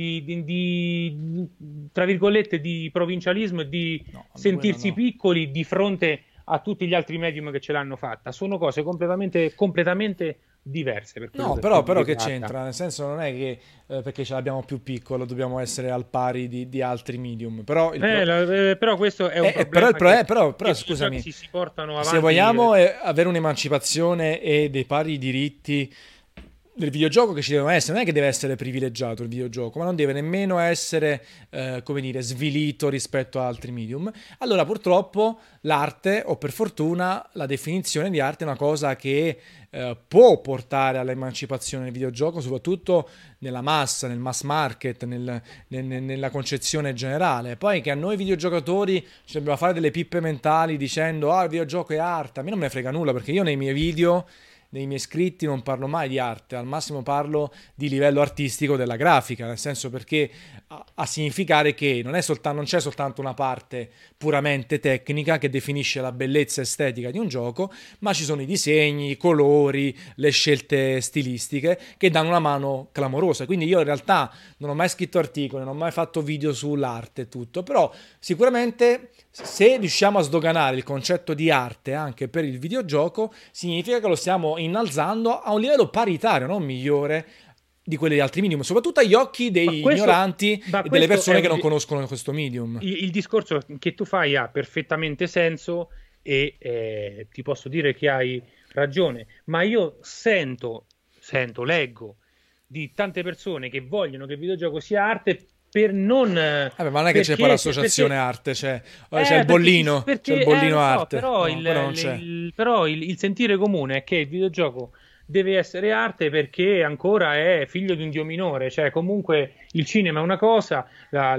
tra virgolette, di provincialismo e di No, vabbè, quello sentirsi no. piccoli di fronte a tutti gli altri medium che ce l'hanno fatta. Sono cose completamente diverse per quello No, che però che riguarda. c'entra? Nel senso non è che perché ce l'abbiamo più piccolo dobbiamo essere al pari di altri medium. Però, Però questo è un problema però che i videogiochi scusami, si portano se avanti. vogliamo avere un'emancipazione e dei pari diritti del videogioco che ci devono essere, non è che deve essere privilegiato il videogioco, ma non deve nemmeno essere, come dire, svilito rispetto a altri medium. Allora, purtroppo, l'arte, o per fortuna, la definizione di arte è una cosa che può portare all'emancipazione del videogioco, soprattutto nella massa, nel mass market, nella concezione generale. Poi che a noi videogiocatori ci dobbiamo fare delle pippe mentali dicendo il videogioco è arte, a me non me ne frega nulla perché io nei miei video nei miei scritti non parlo mai di arte, al massimo parlo di livello artistico della grafica, nel senso perché a significare che non c'è soltanto una parte puramente tecnica che definisce la bellezza estetica di un gioco, ma ci sono i disegni, i colori, le scelte stilistiche che danno una mano clamorosa. Quindi io in realtà non ho mai scritto articoli, non ho mai fatto video sull'arte e tutto, però sicuramente se riusciamo a sdoganare il concetto di arte anche per il videogioco, significa che lo stiamo innalzando a un livello paritario, non migliore di quelli di altri medium, soprattutto agli occhi Ma dei questo, ignoranti ma e delle questo è persone che non conoscono questo medium. il discorso che tu fai ha perfettamente senso e ti posso dire che hai ragione, ma io leggo di tante persone che vogliono che il videogioco sia arte per non Vabbè, ma non è che c'è poi perché, l'associazione arte, c'è il c'è il lo bollino so, arte. però, No, quello non c'è. però il sentire comune è che il videogioco deve essere arte perché ancora è figlio di un dio minore, cioè comunque il cinema è una cosa,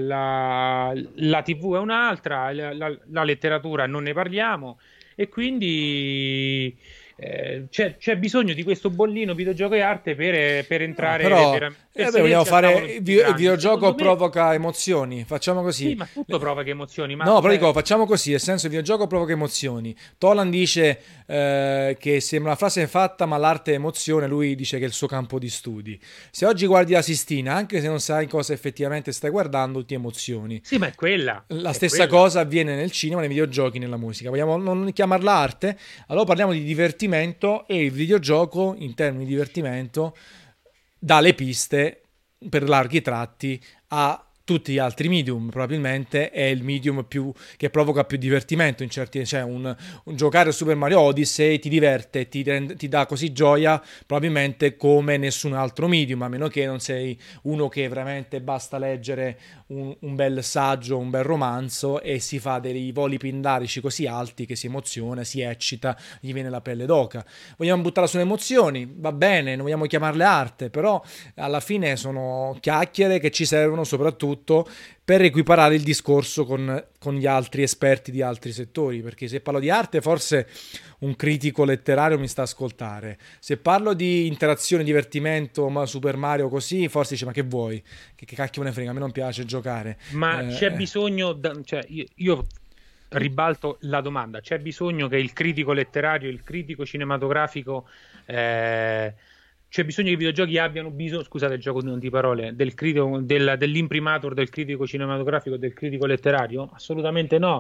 la TV è un'altra, la letteratura non ne parliamo e quindi c'è bisogno di questo bollino videogioco e arte per entrare però vogliamo sedersi al tavolo fare il tutti grandi. videogioco Secondo me, provoca emozioni, facciamo sì, così. ma tutto provoca emozioni. Ma No, però dico, facciamo così, nel senso il videogioco provoca emozioni. Tolan dice che sembra una frase fatta, ma l'arte è emozione, lui dice che è il suo campo di studi. Se oggi guardi la Sistina, anche se non sai cosa effettivamente stai guardando, ti emozioni. sì, ma è quella. La È stessa quella. cosa avviene nel cinema, nei videogiochi, nella musica. Vogliamo non chiamarla arte? Allora parliamo di divertimento e il videogioco, in termini di divertimento, dà le piste per larghi tratti a tutti gli altri medium. Probabilmente è il medium più, che provoca più divertimento in certi, cioè un giocare a Super Mario Odyssey ti diverte, ti dà così gioia probabilmente come nessun altro medium, a meno che non sei uno che veramente basta leggere un bel saggio, un bel romanzo e si fa dei voli pindarici così alti che si emoziona, si eccita, gli viene la pelle d'oca. Vogliamo buttarla sulle emozioni, va bene, non vogliamo chiamarle arte, però alla fine sono chiacchiere che ci servono soprattutto per equiparare il discorso con gli altri esperti di altri settori, perché se parlo di arte forse un critico letterario mi sta a ascoltare, se parlo di interazione, divertimento, ma Super Mario così, forse dice ma che vuoi, che cacchio me ne frega, a me non piace giocare. Ma c'è bisogno, cioè io ribalto la domanda, c'è bisogno che il critico letterario, il critico cinematografico, c'è bisogno che i videogiochi abbiano bisogno, scusate il gioco di parole, del critico, dell'imprimatur, del critico cinematografico, del critico letterario? Assolutamente no,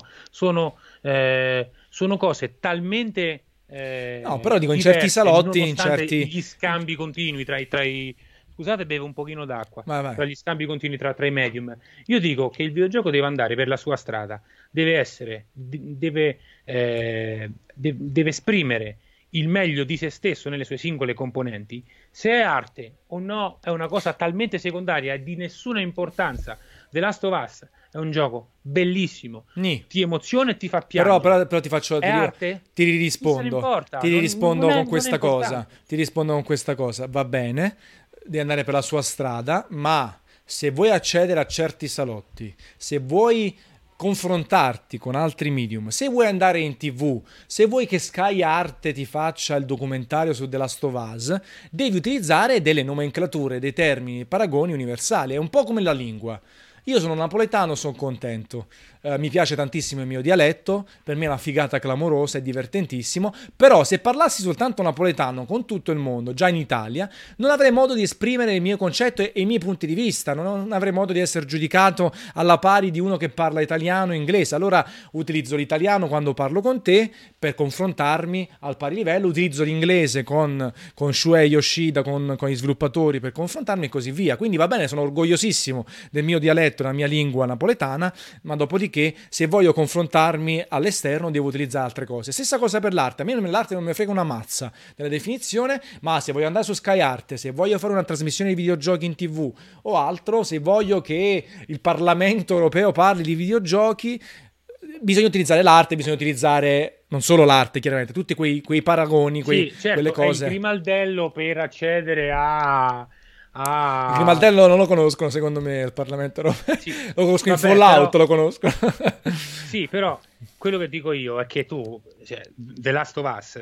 sono cose talmente No, però dico, in certi diverse, salotti, in nonostante certi... gli scambi continui tra i... Scusate, bevo un pochino d'acqua. Vai, vai. Tra gli scambi continui tra i medium. Io dico che il videogioco deve andare per la sua strada, deve essere, deve esprimere il meglio di se stesso nelle sue singole componenti. Se è arte o no è una cosa talmente secondaria e di nessuna importanza. The Last of Us è un gioco bellissimo, ti emoziona e ti fa piangere. Però ti faccio è arte? ti rispondo. Ti rispondo con questa cosa. Ti rispondo con questa cosa. Va bene, devi andare per la sua strada, ma se vuoi accedere a certi salotti, se vuoi confrontarti con altri medium, se vuoi andare in TV, se vuoi che Sky Arte ti faccia il documentario su The Last of Us, devi utilizzare delle nomenclature, dei termini, paragoni universali. È un po' come la lingua. Io sono napoletano, sono contento. Mi piace tantissimo il mio dialetto, per me è una figata clamorosa, è divertentissimo, però se parlassi soltanto napoletano con tutto il mondo, già in Italia, non avrei modo di esprimere il mio concetto e i miei punti di vista, non avrei modo di essere giudicato alla pari di uno che parla italiano e inglese. Allora utilizzo l'italiano quando parlo con te per confrontarmi al pari livello, utilizzo l'inglese con Shuei Yoshida, con gli sviluppatori per confrontarmi e così via. Quindi va bene, sono orgogliosissimo del mio dialetto, della mia lingua napoletana, ma dopodiché se voglio confrontarmi all'esterno devo utilizzare altre cose. Stessa cosa per l'arte, a me l'arte non mi frega una mazza della definizione, ma se voglio andare su Sky Arte, se voglio fare una trasmissione di videogiochi in TV o altro, se voglio che il Parlamento europeo parli di videogiochi, bisogna utilizzare l'arte, bisogna utilizzare non solo l'arte, chiaramente, tutti quei paragoni, sì, certo, quelle cose. È il grimaldello per accedere a... Il grimaldello non lo conoscono, secondo me, il Parlamento europeo. Sì. Lo conosco in Fallout, però... lo conosco. Sì, però quello che dico io è che tu, cioè, The Last of Us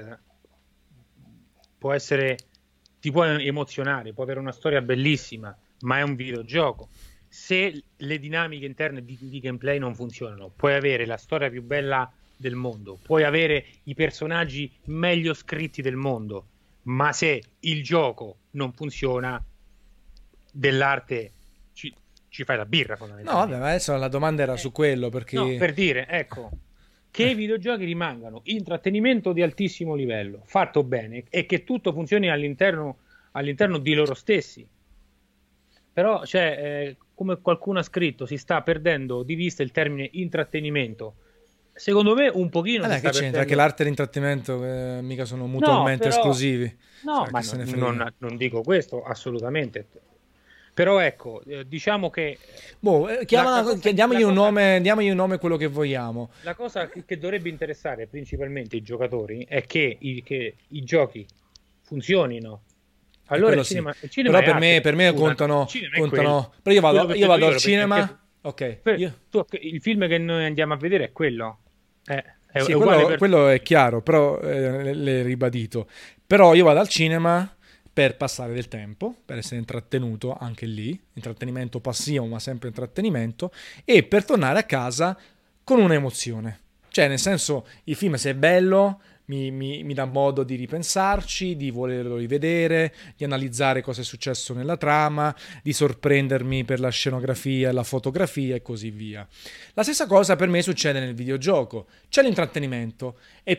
può essere, ti può emozionare, può avere una storia bellissima, ma è un videogioco. Se le dinamiche interne di gameplay non funzionano, puoi avere la storia più bella del mondo, puoi avere i personaggi meglio scritti del mondo, ma se il gioco non funziona, dell'arte ci fai la birra fondamentalmente. No, vabbè, ma adesso la domanda era su quello, perché... No, per dire, ecco, che i videogiochi rimangano intrattenimento di altissimo livello, fatto bene, e che tutto funzioni all'interno di loro stessi. Però, come qualcuno ha scritto, si sta perdendo di vista il termine intrattenimento. Secondo me un pochino si sta che c'entra? perdendo... Che l'arte e l'intrattenimento mica sono mutualmente esclusivi. No, cioè, ma non dico questo, assolutamente. Però ecco, diciamo che... diamogli un nome quello che vogliamo. La cosa che dovrebbe interessare principalmente i giocatori è che i giochi funzionino. Allora il cinema però è arte, per me contano. Però io vado al cinema. Ok. Il film che noi andiamo a vedere è quello. è Sì, uguale quello, per quello tutti. è chiaro, però l'hai ribadito. Però io vado al cinema per passare del tempo, per essere intrattenuto anche lì, intrattenimento passivo, ma sempre intrattenimento, e per tornare a casa con un'emozione. Cioè, nel senso, il film se è bello, mi dà modo di ripensarci, di volerlo rivedere, di analizzare cosa è successo nella trama, di sorprendermi per la scenografia e la fotografia e così via. La stessa cosa per me succede nel videogioco. C'è l'intrattenimento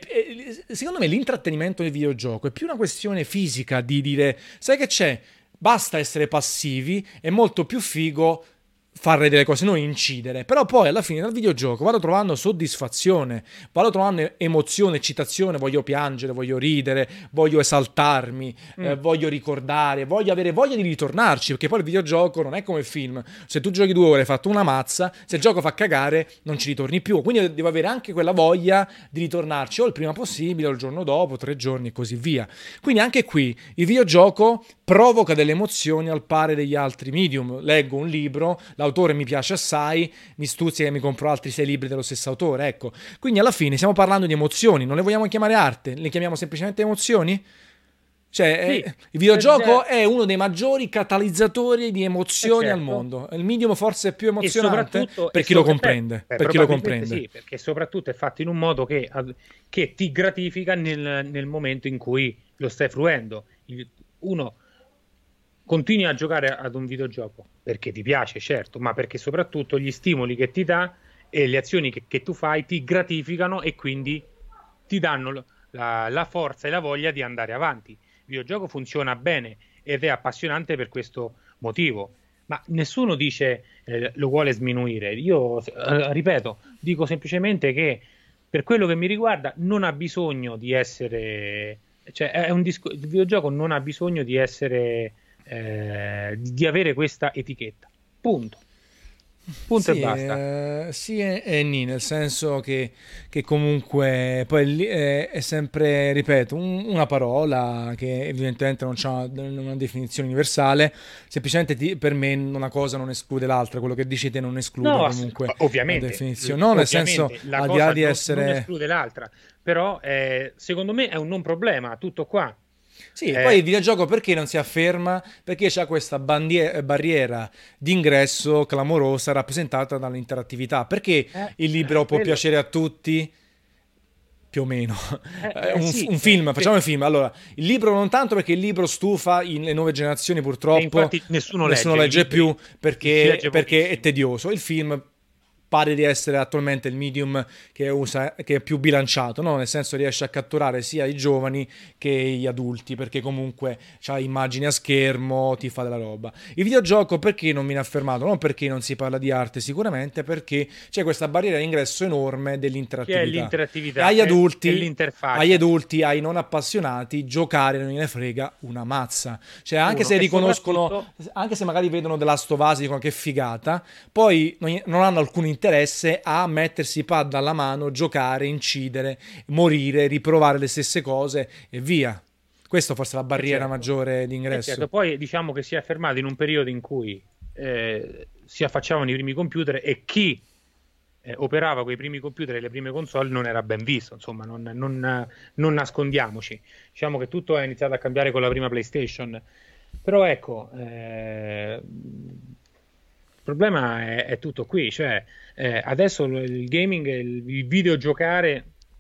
e secondo me l'intrattenimento del videogioco è più una questione fisica di dire, sai che c'è? Basta essere passivi, è molto più figo fare delle cose, non incidere. Però poi alla fine dal videogioco vado trovando soddisfazione, vado trovando emozione, eccitazione, voglio piangere, voglio ridere, voglio esaltarmi, Mm. voglio ricordare, voglio avere voglia di ritornarci, perché poi il videogioco non è come il film. Se tu giochi 2 ore hai fatto una mazza, se il gioco fa cagare non ci ritorni più. Quindi devo avere anche quella voglia di ritornarci o il prima possibile o il giorno dopo, 3 giorni e così via. Quindi anche qui il videogioco provoca delle emozioni al pari degli altri medium. Leggo un libro, l'autore mi piace assai, mi stuzzica e mi compro altri 6 libri dello stesso autore, ecco. Quindi alla fine stiamo parlando di emozioni, non le vogliamo chiamare arte, le chiamiamo semplicemente emozioni? Cioè, Sì, il per- videogioco è uno dei maggiori catalizzatori di emozioni al certo. mondo. Il medium forse è più E emozionante soprattutto, per chi lo comprende, per chi lo probabilmente comprende. sì, perché soprattutto è fatto in un modo che ti gratifica nel momento in cui lo stai fruendo. Uno continui a giocare ad un videogioco perché ti piace, certo, ma perché soprattutto gli stimoli che ti dà e le azioni che tu fai ti gratificano e quindi ti danno la forza e la voglia di andare avanti. Il videogioco funziona bene ed è appassionante per questo motivo. Ma nessuno dice lo vuole sminuire. Io ripeto, dico semplicemente che per quello che mi riguarda non ha bisogno di essere, cioè il videogioco non ha bisogno di essere di avere questa etichetta. Punto. Punto e Sì, basta. sì e nì, nel senso che comunque poi lì è sempre, ripeto, una parola che evidentemente non ha una definizione universale, semplicemente per me una cosa non esclude l'altra, quello che dici te non esclude No, comunque la ovviamente, definizione, no, nel senso ovviamente la al di là cosa di non essere. esclude l'altra, però secondo me è un non problema, tutto qua. Sì, poi il Eh, videogioco perché non si afferma? Perché c'è questa barriera d'ingresso clamorosa rappresentata dall'interattività. Perché il libro può quello, piacere a tutti? Più o meno. sì, Un film, facciamo un film. Allora, il libro non tanto perché il libro stufa le nuove generazioni e purtroppo, infatti nessuno nessuno legge i legge libri, più si legge perché è pochissimo. tedioso. Il film pare di essere attualmente il medium che è più bilanciato, no? Nel senso riesce a catturare sia i giovani che gli adulti, perché comunque c'ha immagini a schermo, ti fa della roba. Il videogioco perché non viene affermato? Non perché non si parla di arte sicuramente, perché c'è questa barriera d'ingresso enorme Che è dell'interattività. E l'interattività, è agli l'interfaccia. adulti, ai non appassionati, giocare non gliene frega una mazza. Cioè, anche Uno, se e riconoscono, soprattutto, anche se magari vedono The Last of Us, dicono che figata, poi non hanno alcun interesse a mettersi i pad alla mano, giocare, incidere, morire, riprovare le stesse cose e via. Questa forse è la barriera certo, maggiore è certo, d'ingresso. poi diciamo che si è affermato in un periodo in cui si affacciavano i primi computer e chi operava quei primi computer e le prime console non era ben visto, insomma, non nascondiamoci. Diciamo che tutto è iniziato a cambiare con la prima PlayStation. Però ecco, il problema è tutto qui, cioè adesso il gaming, il videogiocare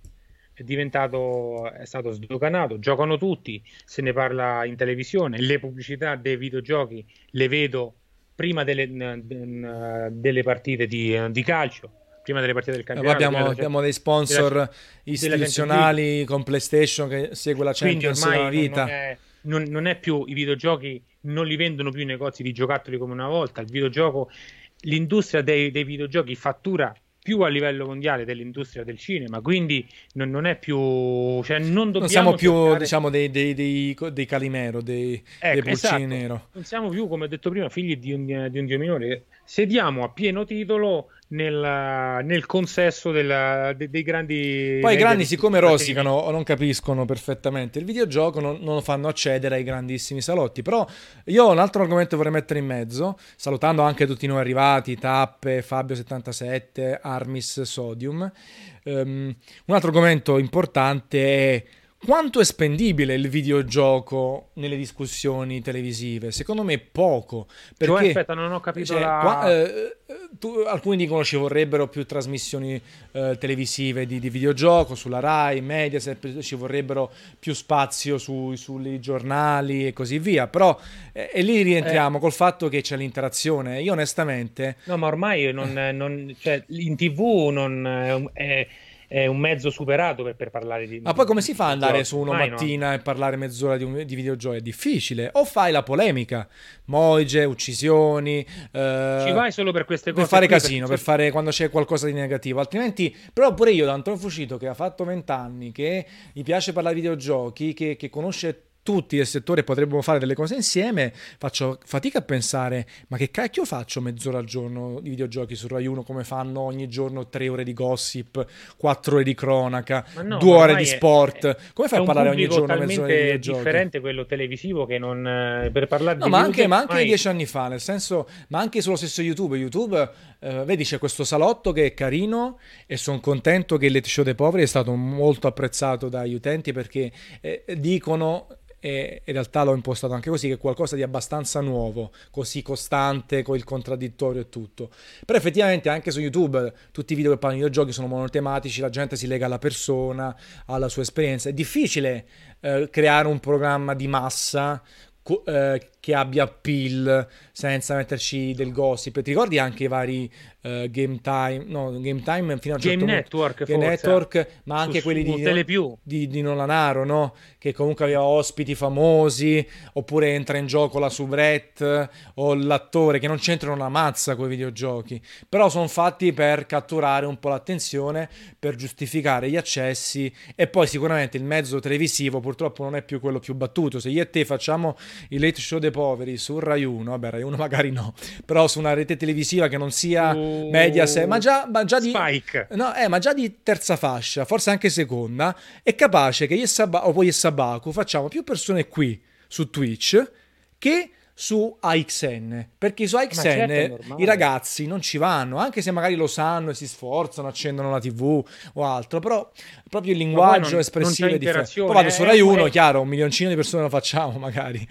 è stato sdoganato, giocano tutti, se ne parla in televisione, le pubblicità dei videogiochi le vedo prima delle partite di calcio, prima delle partite del Poi campionato, prima abbiamo dei della, sponsor della Champions League. istituzionali con PlayStation che segue la Quindi Champions da una ormai vita. non è più i videogiochi, non li vendono più i negozi di giocattoli come una volta. Il videogioco, l'industria dei videogiochi fattura più a livello mondiale dell'industria del cinema, quindi non è più, cioè non Non siamo dobbiamo più, cercare. diciamo, dei Calimero, dei Ecco, pulcini esatto, nero. non siamo più, come ho detto prima, figli di un dio minore. sediamo a pieno titolo nel consesso dei grandi Poi i media grandi, di siccome rosicano intrattenimento. o non capiscono perfettamente il videogioco, non lo fanno accedere ai grandissimi salotti. Però io ho un altro argomento vorrei mettere in mezzo, salutando anche tutti i nuovi arrivati, Tappe, Fabio77, Armis, Sodium. Un altro argomento importante è quanto è spendibile il videogioco nelle discussioni televisive. Secondo me poco, Cioè, perché aspetta, non ho capito cioè, la... alcuni dicono ci vorrebbero più trasmissioni televisive di videogioco sulla Rai, Mediaset, ci vorrebbero più spazio sui giornali e così via. Però e lì Eh, rientriamo col fatto che c'è l'interazione. Io onestamente no, ma ormai cioè, in TV è un mezzo superato per parlare ma poi come si di fa ad andare videogiochi. su Uno Ormai no. Mattina e parlare mezz'ora di videogiochi? È difficile. O fai la polemica, Moige, uccisioni, Ci vai solo per queste per cose fare qui, perché casino, per fare quando c'è qualcosa di negativo. Altrimenti, però pure io, Antonio Fucito, che ha fatto 20 anni, che gli piace parlare di videogiochi, che conosce tutti del settore e potremmo fare delle cose insieme, faccio fatica a pensare, ma che cacchio faccio mezz'ora al giorno di videogiochi su Rai 1 come fanno ogni giorno 3 ore di gossip, 4 ore di cronaca, ma no, 2 ma ore di ormai sport? Come è fai a un parlare ogni pubblico giorno mezz'ora di talmente videogiochi? differente quello televisivo che non, per parlare No, di ma videogiochi anche ormai 10 anni fa, nel senso, ma anche sullo stesso YouTube. YouTube, vedi, c'è questo salotto che è carino e sono contento che il Late Show dei Poveri è stato molto apprezzato dagli utenti perché dicono, e in realtà l'ho impostato anche così, che è qualcosa di abbastanza nuovo, così costante, con il contraddittorio e tutto. Però effettivamente anche su YouTube tutti i video che parlano di videogiochi sono monotematici, la gente si lega alla persona, alla sua esperienza. È difficile creare un programma di massa che abbia appeal senza metterci del gossip. Ti ricordi anche i vari Game Time, no, Game Time fino a un Game certo punto, Network Game forse, Network, ma anche quelli su Telepiù. di Nolanaro, no? Che comunque aveva ospiti famosi, oppure entra in gioco la soubrette o l'attore che non c'entrano una mazza con i videogiochi, però sono fatti per catturare un po' l'attenzione, per giustificare gli accessi e poi sicuramente il mezzo televisivo purtroppo non è più quello più battuto. Se io e te facciamo il Late Show dei Poveri su Rai 1, vabbè Rai 1 magari no, però su una rete televisiva che non sia Mediaset, Su ma già di Spike. no, ma già di terza fascia, forse anche seconda, è capace che io o poi e Sabaku facciamo più persone qui su Twitch che su AXN, perché su Ma certo, è AXN i normale. ragazzi non ci vanno, anche se magari lo sanno e si sforzano, accendono la TV o altro, però proprio il Ma poi linguaggio non c'è espressivo è differente. Poi interazione. vado su Rai 1, È chiaro, un milioncino di persone lo facciamo magari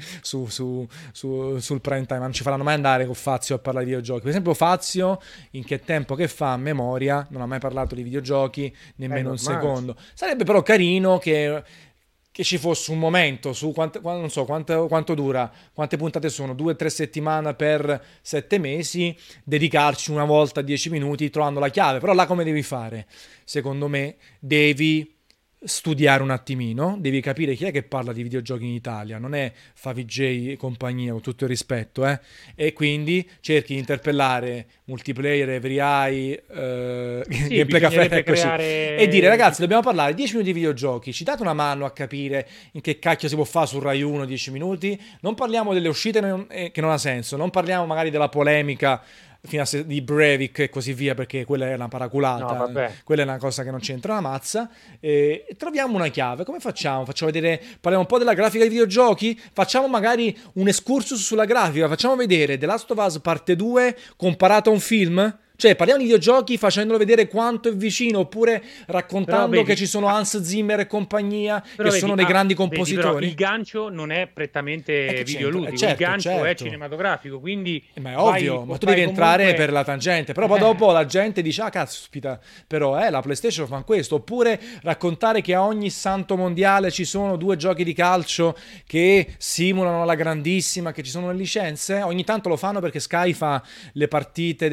sul prime time, ma non ci faranno mai andare con Fazio a parlare di videogiochi. Per esempio Fazio, in che tempo che fa a memoria, non ha mai parlato di videogiochi nemmeno un normale. secondo. Sarebbe però carino che ci fosse un momento su non so quanto dura, quante puntate sono, 2 o 3 settimane per 7 mesi, dedicarci una volta 10 minuti trovando la chiave. Però là come devi fare? Secondo me devi studiare un attimino, devi capire chi è che parla di videogiochi in Italia, non è Favij e compagnia, con tutto il rispetto, eh? E quindi cerchi di interpellare Multiplayer, Every Eye, Sì, Gameplay Café bisognerebbe e così, e dire creare... ragazzi dobbiamo parlare 10 minuti di videogiochi, ci date una mano a capire in che cacchio si può fare su Rai 1 10 minuti, non parliamo delle uscite che non ha senso, non parliamo magari della polemica di Breivik e così via, perché quella è una No, paraculata, vabbè. quella è una cosa che non c'entra una mazza. E troviamo una chiave. Come facciamo? Facciamo vedere, parliamo un po' della grafica dei videogiochi, facciamo magari un excursus sulla grafica, facciamo vedere The Last of Us parte 2 comparato a un film. Cioè, parliamo di videogiochi facendolo vedere quanto è vicino, oppure Però raccontando che vedi, ci sono Hans Zimmer e compagnia, però che vedi, sono dei grandi vedi, però il compositori. gancio non è E prettamente che c'entra? videoludico, il Certo, gancio è certo. cinematografico, quindi Ma è ovvio, ma tu devi vai entrare comunque... per la tangente, però poi dopo la gente dice, ah caspita, però la PlayStation fa questo, oppure raccontare che a ogni santo mondiale ci sono 2 giochi di calcio che simulano la grandissima, che ci sono le licenze, ogni tanto lo fanno perché Sky fa le partite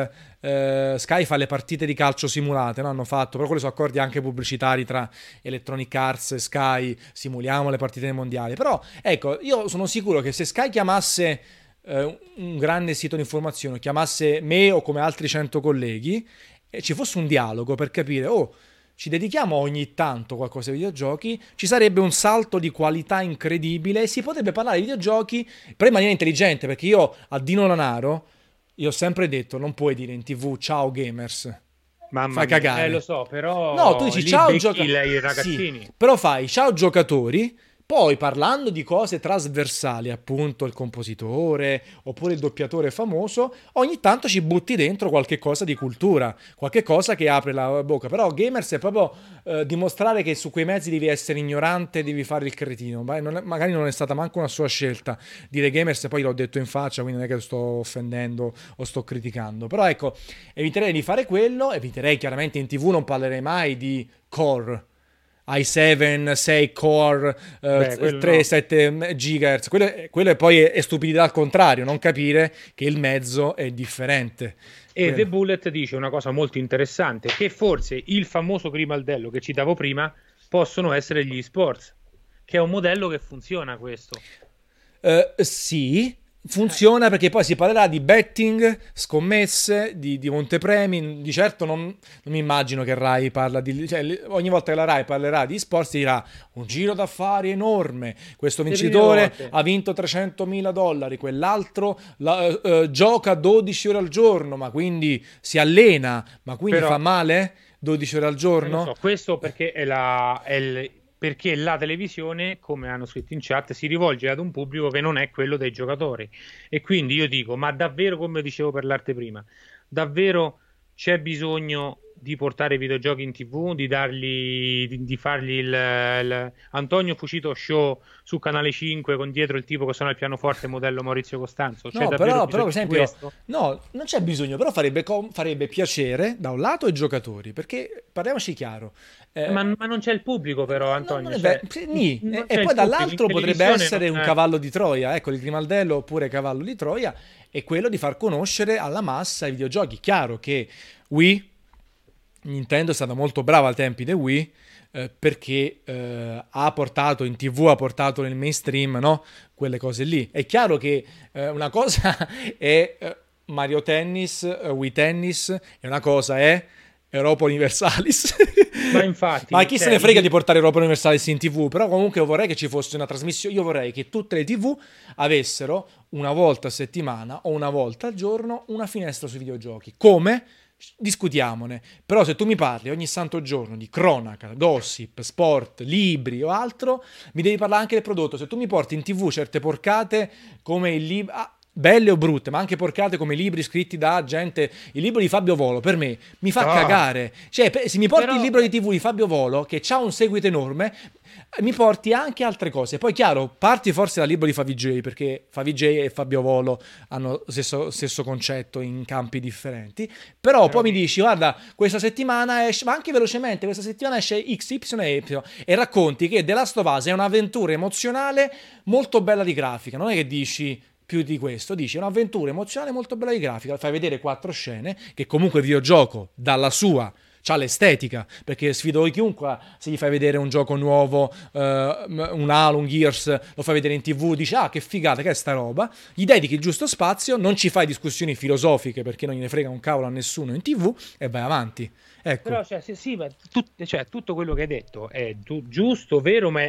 Sky fa le partite di calcio simulate, no? Hanno fatto, però quelli sono accordi anche pubblicitari tra Electronic Arts e Sky, simuliamo le partite dei mondiali, però ecco, io sono sicuro che se Sky chiamasse un grande sito di informazione, chiamasse me o come altri 100 colleghi e ci fosse un dialogo per capire, oh, ci dedichiamo ogni tanto a qualcosa ai videogiochi, ci sarebbe un salto di qualità incredibile e si potrebbe parlare di videogiochi però in maniera intelligente, perché io a Dino Lanaro io ho sempre detto, non puoi dire in TV ciao gamers. Mamma Fai mia, cagare. lo so, No, tu però dici lì ciao becchi giocatori. i Sì, ragazzini. però fai ciao giocatori. Poi parlando di cose trasversali, appunto il compositore oppure il doppiatore famoso, ogni tanto ci butti dentro qualche cosa di cultura, qualche cosa che apre la bocca. Però gamers è proprio dimostrare che su quei mezzi devi essere ignorante, devi fare il cretino. Magari non è stata manco una sua scelta dire gamers, e poi l'ho detto in faccia, quindi non è che sto offendendo o sto criticando. Però ecco, eviterei di fare quello, eviterei chiaramente in TV, non parlerei mai di core. i7, 6 core, Beh, quello 3, no. 7 GHz, quello è poi è stupidità al contrario, non capire che il mezzo è differente. E The Quello. Bullet dice una cosa molto interessante, che forse il famoso grimaldello che citavo prima possono essere gli esports, che è un modello che funziona questo. Sì, funziona perché poi si parlerà di betting, scommesse, di montepremi. Di certo non mi immagino che Rai parla di... Cioè, ogni volta che la Rai parlerà di sport si dirà un giro d'affari enorme, questo Le prime vincitore volte. ha vinto 300.000 dollari, quell'altro gioca 12 ore al giorno, ma quindi si allena, ma quindi Però fa male 12 ore al lo giorno? so, questo perché perché la televisione, come hanno scritto in chat, si rivolge ad un pubblico che non è quello dei giocatori. E quindi io dico, ma davvero, come dicevo per l'arte prima, davvero c'è bisogno di portare i videogiochi in TV, di dargli, di fargli Antonio Fucito Show su Canale 5 con dietro il tipo che suona il pianoforte modello Maurizio Costanzo? C'è No, davvero però, bisogno per di esempio, questo? no, non c'è bisogno, però farebbe piacere da un lato ai giocatori, perché parliamoci chiaro, Ma non c'è il pubblico, però, non Antonio. è vero, Cioè, nì. E, non e c'è il poi pubblico in dall'altro potrebbe televisione. essere un cavallo di Troia, ecco, il grimaldello oppure cavallo di Troia, è quello di far conoscere alla massa i videogiochi. Chiaro che Wii, Nintendo è stata molto brava ai tempi del Wii, perché ha portato in TV, ha portato nel mainstream, no? Quelle cose lì. È chiaro che una cosa è Mario Tennis, Wii Tennis, e una cosa è Europa Universalis. Ma infatti, Ma chi se cioè, ne frega di portare Europa Universalis in TV? Però comunque vorrei che ci fosse una trasmissione. Io vorrei che tutte le TV avessero una volta a settimana o una volta al giorno una finestra sui videogiochi. Come? Discutiamone. Però se tu mi parli ogni santo giorno di cronaca, gossip, sport, libri o altro, mi devi parlare anche del prodotto. Se tu mi porti in TV certe porcate come il libro... belle o brutte, ma anche porcate come libri scritti da gente. Il libro di Fabio Volo per me mi fa ah, cagare. Cioè, se mi porti il però, libro di TV di Fabio Volo, che ha un seguito enorme, mi porti anche altre cose. Poi, chiaro, parti forse dal libro di Favij, perché Favij e Fabio Volo hanno lo stesso concetto in campi differenti. Però però poi mi dici, guarda, questa settimana esce, ma anche velocemente, questa settimana esce X, Y e Y, e racconti che The Last of Us è un'avventura emozionale molto bella di grafica. Non è che dici più di questo, dici è un'avventura emozionale molto bella di grafica, fai vedere 4 scene che comunque il videogioco dalla sua c'ha l'estetica, perché sfido chiunque se gli fai vedere un gioco nuovo, un Halo, un Gears, lo fai vedere in TV, dici ah che figata, che è sta roba, gli dedichi il giusto spazio, non ci fai discussioni filosofiche perché non gliene frega un cavolo a nessuno in TV e vai avanti. Ecco. cioè, sì, sì, ma cioè, tutto quello che hai detto è giusto, vero, ma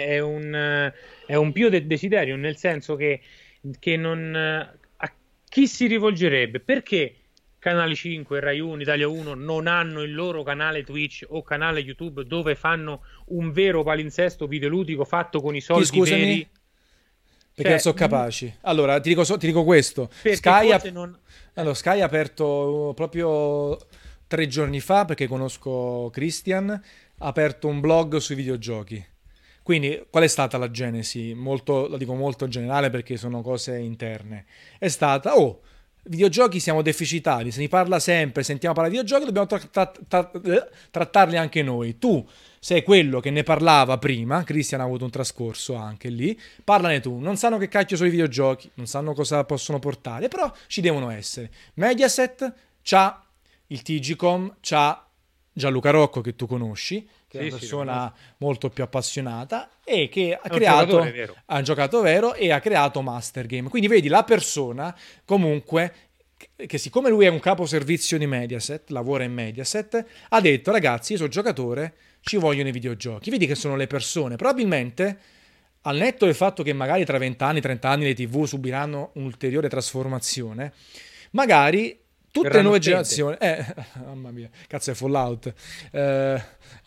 è un pio del desiderio, nel senso che non, a chi si rivolgerebbe? Perché Canale 5, Rai 1, Italia 1 non hanno il loro canale Twitch o canale YouTube dove fanno un vero palinsesto videoludico fatto con i Chi soldi scusami? veri? Perché non Cioè, sono capaci. Allora, ti dico questo. perché forse non... Allora, Sky ha aperto proprio 3 giorni fa, perché conosco Christian, ha aperto un blog sui videogiochi. Quindi, qual è stata la genesi? Molto, la dico molto generale perché sono cose interne. È stata, oh, videogiochi siamo deficitari, se ne parla sempre, sentiamo parlare di videogiochi, dobbiamo trattarli anche noi. Tu sei quello che ne parlava prima, Christian ha avuto un trascorso anche lì, parlane tu, non sanno che cacchio sono i videogiochi, non sanno cosa possono portare, però ci devono essere. Mediaset c'ha il TGcom, c'ha Gianluca Rocco che tu conosci, che è Sì, una sì, lo conosco. persona molto più appassionata e che ha È un giocatore creato, vero. ha giocato vero e ha creato Master Game. Quindi vedi la persona comunque che siccome lui è un capo servizio di Mediaset, lavora in Mediaset, ha detto ragazzi io sono giocatore, ci vogliono i videogiochi. Vedi che sono le persone, probabilmente al netto del fatto che magari tra 20 anni, 30 anni le TV subiranno un'ulteriore trasformazione, magari tutte le Verranno nuove spente. generazioni, mamma mia, cazzo è Fallout. Eh,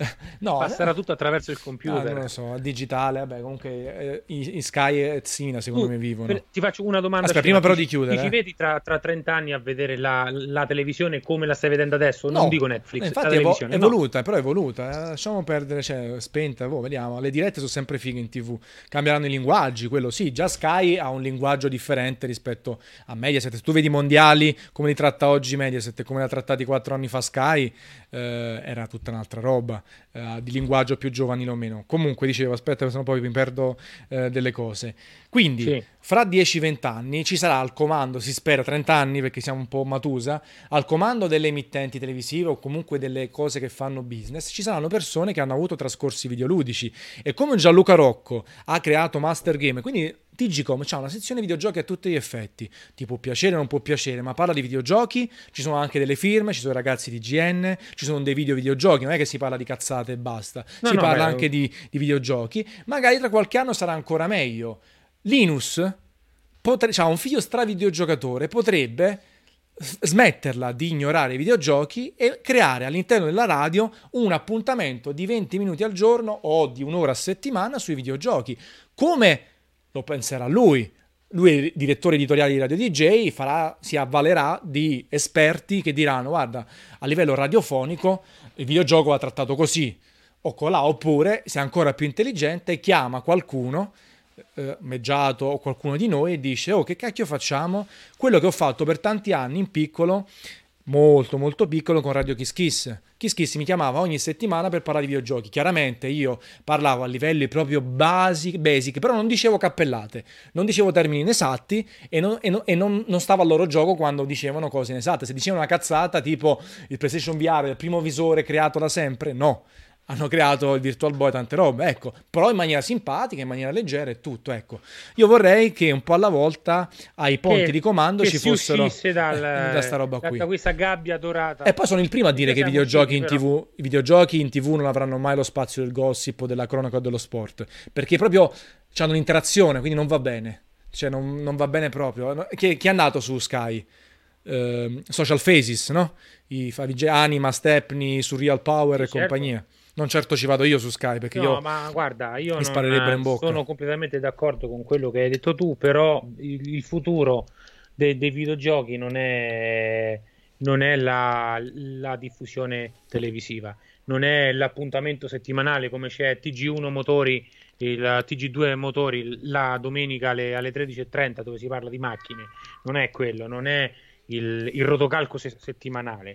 no, Passerà tutto attraverso il non lo computer. so, digitale, vabbè, comunque in Sky e Sina secondo Tu, me vivono. ti faccio una domanda Aspetta, scema. prima però Ti, di ti chiudere, ci vedi tra 30 anni a vedere la televisione come la stai vedendo adesso? Non No, dico Netflix, la infatti è televisione, no. evoluta, però è evoluta. Lasciamo perdere, cioè, spenta, vediamo. Le dirette sono sempre fighe in TV. Cambieranno i linguaggi, quello sì. Già Sky ha un linguaggio differente rispetto a Mediaset. Se tu vedi i mondiali, come li tratta oggi Mediaset e come li ha trattati 4 anni fa Sky, era tutta un'altra roba, di linguaggio più giovanile o meno. Comunque, dicevo, aspetta, sennò poi mi perdo delle cose. Quindi, Sì. fra 10-20 anni ci sarà al comando, si spera 30 anni perché siamo un po' matusa, al comando delle emittenti televisive o comunque delle cose che fanno business, ci saranno persone che hanno avuto trascorsi videoludici e come Gianluca Rocco ha creato Master Game, quindi TGcom c'ha una sezione videogiochi a tutti gli effetti, ti può piacere o non può piacere, ma parla di videogiochi, ci sono anche delle firme, ci sono i ragazzi di GN, ci sono dei videogiochi, non è che si parla di cazzate e basta, No, si no, parla beh, anche di videogiochi, magari tra qualche anno sarà ancora meglio. Linus c'ha un figlio stravideogiocatore, potrebbe smetterla di ignorare i videogiochi e creare all'interno della radio un appuntamento di 20 minuti al giorno o di un'ora a settimana sui videogiochi. Come lo penserà lui? Lui è il direttore editoriale di Radio DJ, si avvalerà di esperti che diranno guarda, a livello radiofonico il videogioco va trattato così o colà, oppure se è ancora più intelligente chiama qualcuno Meggiato o qualcuno di noi e dice oh che cacchio facciamo quello che ho fatto per tanti anni in piccolo, molto molto piccolo, con Radio Kiss Kiss. Kiss Kiss mi chiamava ogni settimana per parlare di videogiochi. Chiaramente io parlavo a livelli proprio basic, però non dicevo cappellate, non dicevo termini inesatti e non stavo al loro gioco quando dicevano cose inesatte. Se dicevano una cazzata tipo il PlayStation VR è il primo visore creato da sempre, no. Hanno creato il Virtual Boy, tante robe, ecco, però in maniera simpatica, in maniera leggera e tutto, ecco. Io vorrei che un po' alla volta ai ponti di comando che ci si fossero uscisse da sta roba qui. da questa gabbia dorata. E poi sono il primo a E dire già che siamo usciti, però. i videogiochi in TV non avranno mai lo spazio del gossip o della cronaca o dello sport, perché proprio hanno un'interazione, quindi non va bene. Cioè non va bene proprio. Chi è andato su Sky? Social Faces, no? I Favij Anima, Stepney, Surreal Power Sì, e certo. compagnia. Non certo ci vado io su Sky perché No, io ma guarda, io mi sparerebbero in non bocca. sono completamente d'accordo con quello che hai detto tu, però il futuro dei videogiochi non è la diffusione televisiva, non è l'appuntamento settimanale come c'è TG1 Motori, il TG2 Motori la domenica alle 13:30 dove si parla di macchine, non è quello, non è il rotocalco settimanale.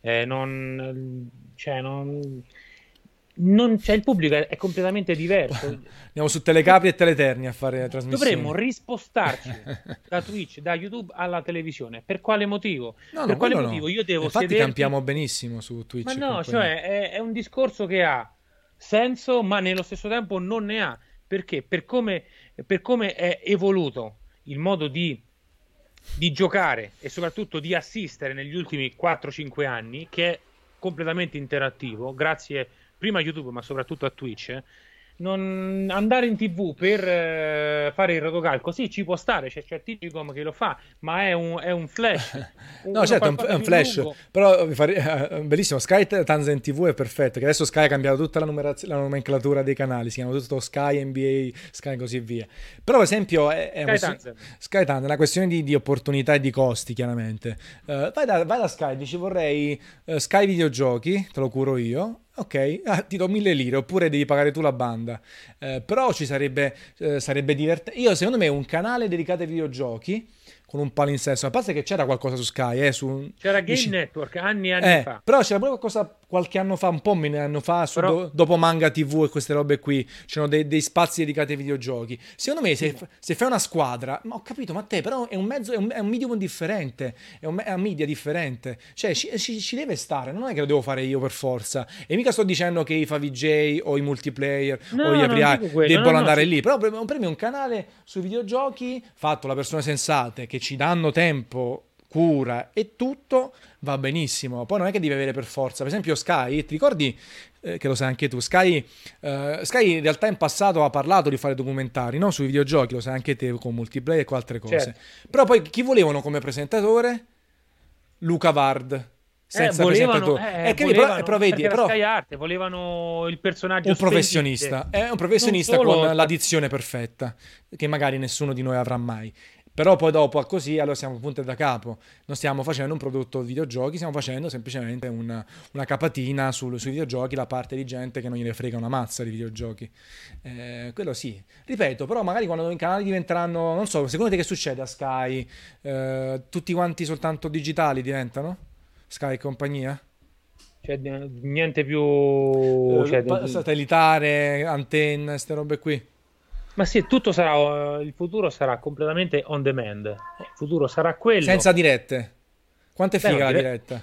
Cioè, non c'è il pubblico, è completamente diverso. Andiamo su Telecapri e Teleterni a fare le trasmissioni. Dovremmo rispostarci da Twitch, da YouTube alla televisione. Per quale motivo? No, Per no, quale quello motivo no. io devo Infatti sedermi? campiamo benissimo su Twitch Ma e no, compagnia. cioè è un discorso che ha senso, ma nello stesso tempo non ne ha. Perché? Per come è evoluto il modo di giocare e soprattutto di assistere negli ultimi 4-5 anni, che è completamente interattivo, grazie prima a YouTube ma soprattutto a Twitch. Non andare in TV per fare il rotocalco, sì, ci può stare, c'è Tigicom che lo fa, ma è un flash, No, certo, è qualcosa un più flash, lungo. però bellissimo, Sky Tanzania TV è perfetto, che adesso Sky ha cambiato tutta la nomenclatura dei canali, si chiama tutto Sky, NBA, Sky e così via. Però per esempio Sky Tanzania. Sky Tanzania è una questione di opportunità e di costi, chiaramente. Vai da Sky, dici vorrei Sky Videogiochi, te lo curo io. Ok, ti do 1.000 lire oppure devi pagare tu la banda. Però sarebbe divertente. Io, secondo me, un canale dedicato ai videogiochi con un palinsesto. A parte che c'era qualcosa su Sky, C'era Game Network anni e anni fa. però c'era pure qualcosa qualche anno fa, un po' meno anno fa, dopo Manga TV e queste robe qui. C'erano dei spazi dedicati ai videogiochi. Secondo me, se fai una squadra, ma ho capito, ma te, però è un mezzo, è un medium differente, è un media differente. Cioè, ci deve stare, non è che lo devo fare io per forza. E mica sto dicendo che i Favij o i multiplayer o gli API debbono andare lì. Però per me è un canale sui videogiochi fatto da persone sensate che ci danno tempo, cura e tutto, va benissimo. Poi non è che devi avere per forza, per esempio Sky, ti ricordi che lo sai anche tu, Sky in realtà in passato ha parlato di fare documentari, no? Sui videogiochi, lo sai anche te, con multiplayer e con altre cose. Certo. Però poi chi volevano come presentatore? Luca Vard senza presentatori. Però vedi, perché era Sky Art, volevano il personaggio un professionista, è un professionista con l'addizione perfetta, che magari nessuno di noi avrà mai. Però poi dopo così allora siamo punti da capo, non stiamo facendo un prodotto videogiochi, stiamo facendo semplicemente una capatina sui videogiochi, la parte di gente che non gliene frega una mazza di videogiochi. Quello sì, ripeto, però magari quando i canali diventeranno, non so, secondo te che succede a Sky? Tutti quanti soltanto digitali diventano? Sky e compagnia? Cioè, niente più satellitare, antenne, queste robe qui. Ma sì, tutto sarà, il futuro sarà completamente on demand. Il futuro sarà quello. Senza dirette. Quanto è figa la diretta?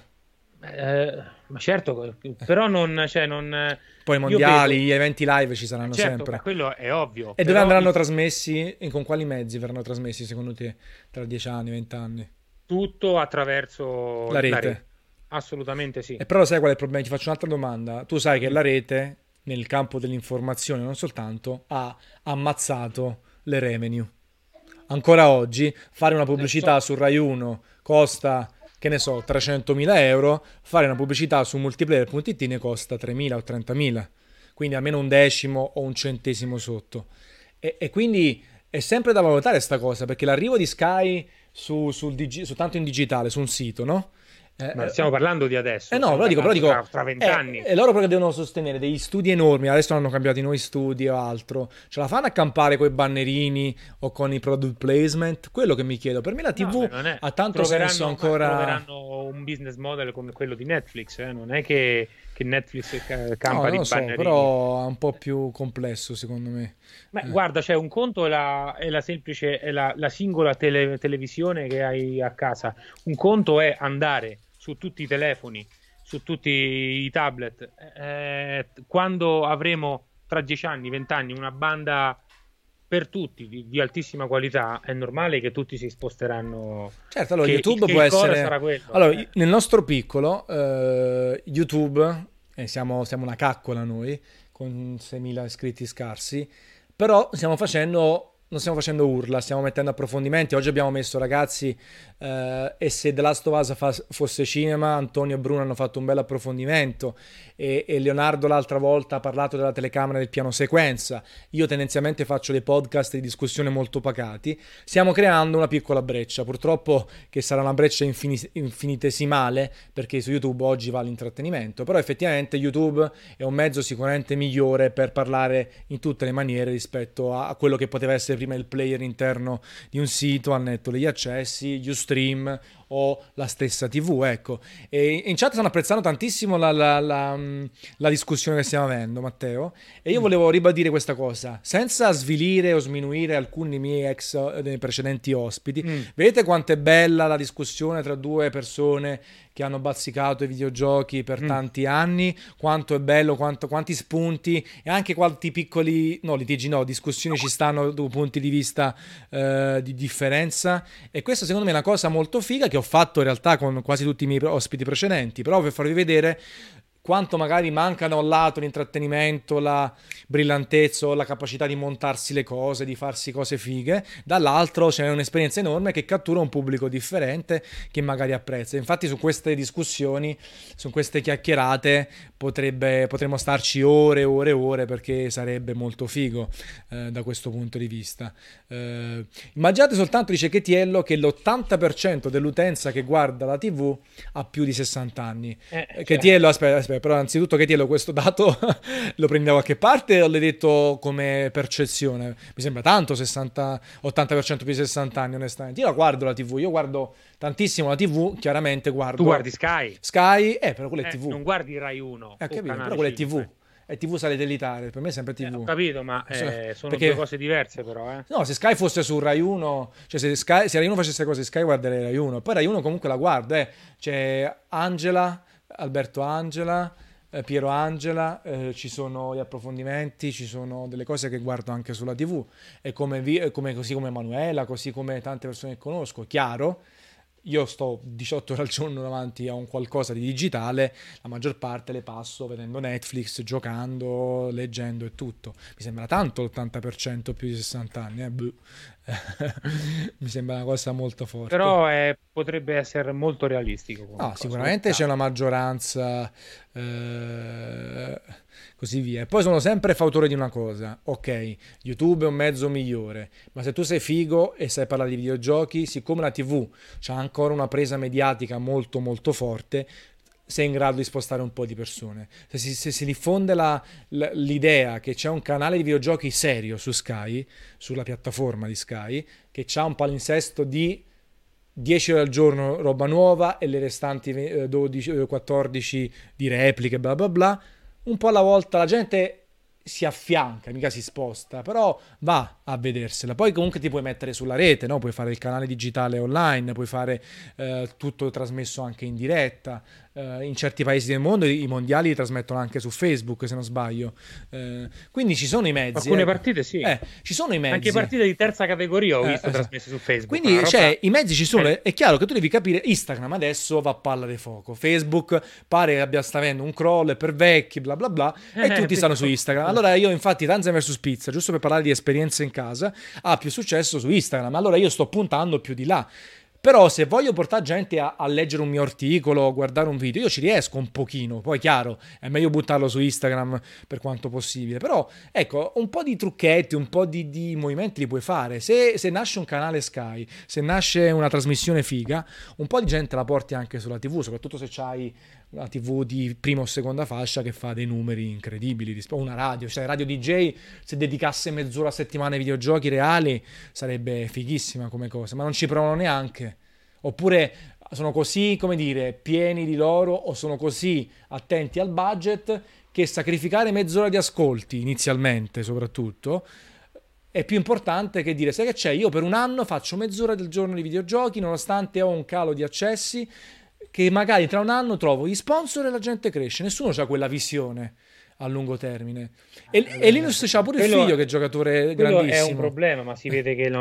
Ma certo, però non... Poi i mondiali, gli eventi live ci saranno sempre. Quello è ovvio. E dove andranno trasmessi? E con quali mezzi verranno trasmessi secondo te tra 10 anni, 20 anni? Tutto attraverso la rete. Assolutamente sì. E però sai qual è il problema? Ti faccio un'altra domanda. Tu sai che la rete, nel campo dell'informazione non soltanto, ha ammazzato le revenue. Ancora oggi fare una pubblicità su Rai 1 costa, che ne so, 300.000 euro, fare una pubblicità su multiplayer.it ne costa 3.000 o 30.000, quindi almeno un decimo o un centesimo sotto. E quindi è sempre da valutare sta cosa, perché l'arrivo di Sky su tanto in digitale, su un sito, no? Ma stiamo parlando di adesso. No, però dico tra 20 anni. E loro però devono sostenere degli studi enormi. Adesso hanno cambiato i nuovi studi o altro. Ce la fanno a campare con i bannerini o con i product placement? Quello che mi chiedo. Per me la TV ha tanto senso ancora. Troveranno un business model come quello di Netflix. Non è che Netflix campa di bannerini. Però è un po' più complesso secondo me. Guarda, c'è un conto è la semplice, è la singola televisione che hai a casa. Un conto è andare su tutti i telefoni, su tutti i tablet. Quando avremo tra 10 anni, 20 anni una banda per tutti di altissima qualità, è normale che tutti si sposteranno. Certo, allora YouTube può essere sarà quello. Allora, nel nostro piccolo YouTube, siamo una caccola noi con 6.000 iscritti scarsi, però non stiamo facendo urla, stiamo mettendo approfondimenti. Oggi abbiamo messo, ragazzi, e se The Last of Us fosse cinema, Antonio e Bruno hanno fatto un bel approfondimento e Leonardo l'altra volta ha parlato della telecamera del piano sequenza. Io tendenzialmente faccio dei podcast di discussione molto pacati. Stiamo creando una piccola breccia, purtroppo che sarà una breccia infinitesimale, perché su YouTube oggi va l'intrattenimento, però effettivamente YouTube è un mezzo sicuramente migliore per parlare in tutte le maniere rispetto a quello che poteva essere prima il player interno di un sito, al netto degli accessi, gli stream o la stessa TV, ecco. E in chat stanno apprezzando tantissimo la discussione che stiamo avendo, Matteo, e io volevo ribadire questa cosa, senza svilire o sminuire alcuni miei dei precedenti ospiti. Vedete quanto è bella la discussione tra due persone che hanno bazzicato i videogiochi per tanti anni, quanto è bello, quanti spunti e anche quanti piccoli, discussioni ci stanno da punti di vista di differenza, e questo secondo me è una cosa molto figa che ho fatto in realtà con quasi tutti i miei ospiti precedenti, però per farvi vedere quanto magari manca da un lato l'intrattenimento, la brillantezza o la capacità di montarsi le cose, di farsi cose fighe, dall'altro c'è un'esperienza enorme che cattura un pubblico differente che magari apprezza. Infatti su queste discussioni, su queste chiacchierate potremmo starci ore e ore e ore, perché sarebbe molto figo da questo punto di vista. Immaginate soltanto, dice Chetiello, che l'80% dell'utenza che guarda la TV ha più di 60 anni. Chetiello, aspetta, però anzitutto Chetiello, questo dato lo prendi da qualche parte o l'hai detto come percezione? Mi sembra tanto, 80% più di 60 anni, onestamente. Io la guardo la TV, io guardo tantissimo la TV, chiaramente guardo... Tu guardi Sky? Sky, però quella è TV. Non guardi Rai 1. Capito, però quella è TV. È TV satellitare, per me è sempre TV. Ho capito, ma sono due cose diverse però. No, se Sky fosse su Rai 1, cioè se Rai 1 facesse cose Sky, guarderei Rai 1. Poi Rai 1 comunque la guardo, C'è Alberto Angela, Piero Angela, ci sono gli approfondimenti, ci sono delle cose che guardo anche sulla TV, e così come Emanuela, così come tante persone che conosco, chiaro. io sto 18 ore al giorno davanti a un qualcosa di digitale, la maggior parte le passo vedendo Netflix, giocando, leggendo e tutto. Mi sembra tanto l'80% più di 60 anni, boh. Mi sembra una cosa molto forte. Però potrebbe essere molto realistico come No, cosa. sicuramente c'è una maggioranza, così via. E poi sono sempre fautore di una cosa. Ok, YouTube è un mezzo migliore, ma se tu sei figo e sai parlare di videogiochi, siccome la TV c'ha ancora una presa mediatica molto molto forte, sei in grado di spostare un po' di persone. Se si diffonde l'idea che c'è un canale di videogiochi serio su Sky, sulla piattaforma di Sky, che c'ha un palinsesto di 10 ore al giorno roba nuova e le restanti 12, 14 di repliche, bla bla bla, un po' alla volta la gente si affianca, mica si sposta, però va a vedersela. Poi comunque ti puoi mettere sulla rete, no? Puoi fare il canale digitale online, puoi fare tutto trasmesso anche in diretta. In certi paesi del mondo i mondiali li trasmettono anche su Facebook, se non sbaglio. Quindi ci sono i mezzi. Alcune partite sì. Ci sono i Anche mezzi. partite di terza categoria ho visto Esatto. trasmesse su Facebook. Quindi Una roba... i mezzi ci sono. È chiaro che tu devi capire. Instagram adesso va a palla di fuoco. Facebook pare che sta avendo un crawl per vecchi, bla bla bla. E tutti stanno su Instagram. Allora io, infatti, Tanzania vs Pizza, giusto per parlare di esperienze in casa, ha più successo su Instagram. Allora io sto puntando più di là. Però se voglio portare gente a leggere un mio articolo, guardare un video, io ci riesco un pochino. Poi chiaro, è meglio buttarlo su Instagram per quanto possibile. Però ecco, un po' di trucchetti, un po' di movimenti li puoi fare. Se nasce un canale Sky, se nasce una trasmissione figa, un po' di gente la porti anche sulla TV, soprattutto se c'hai una TV di prima o seconda fascia che fa dei numeri incredibili. Una radio, cioè Radio DJ, se dedicasse mezz'ora a settimana ai videogiochi reali, sarebbe fighissima come cosa, ma non ci provano neanche. Oppure sono così, come dire, pieni di loro o sono così attenti al budget che sacrificare mezz'ora di ascolti, inizialmente soprattutto, è più importante che dire, sai che c'è, io per un anno faccio mezz'ora del giorno di videogiochi nonostante ho un calo di accessi, che magari tra un anno trovo gli sponsor e la gente cresce. Nessuno ha quella visione a lungo termine. E Linus c'ha pure il figlio che è giocatore grandissimo. È un problema, ma si vede che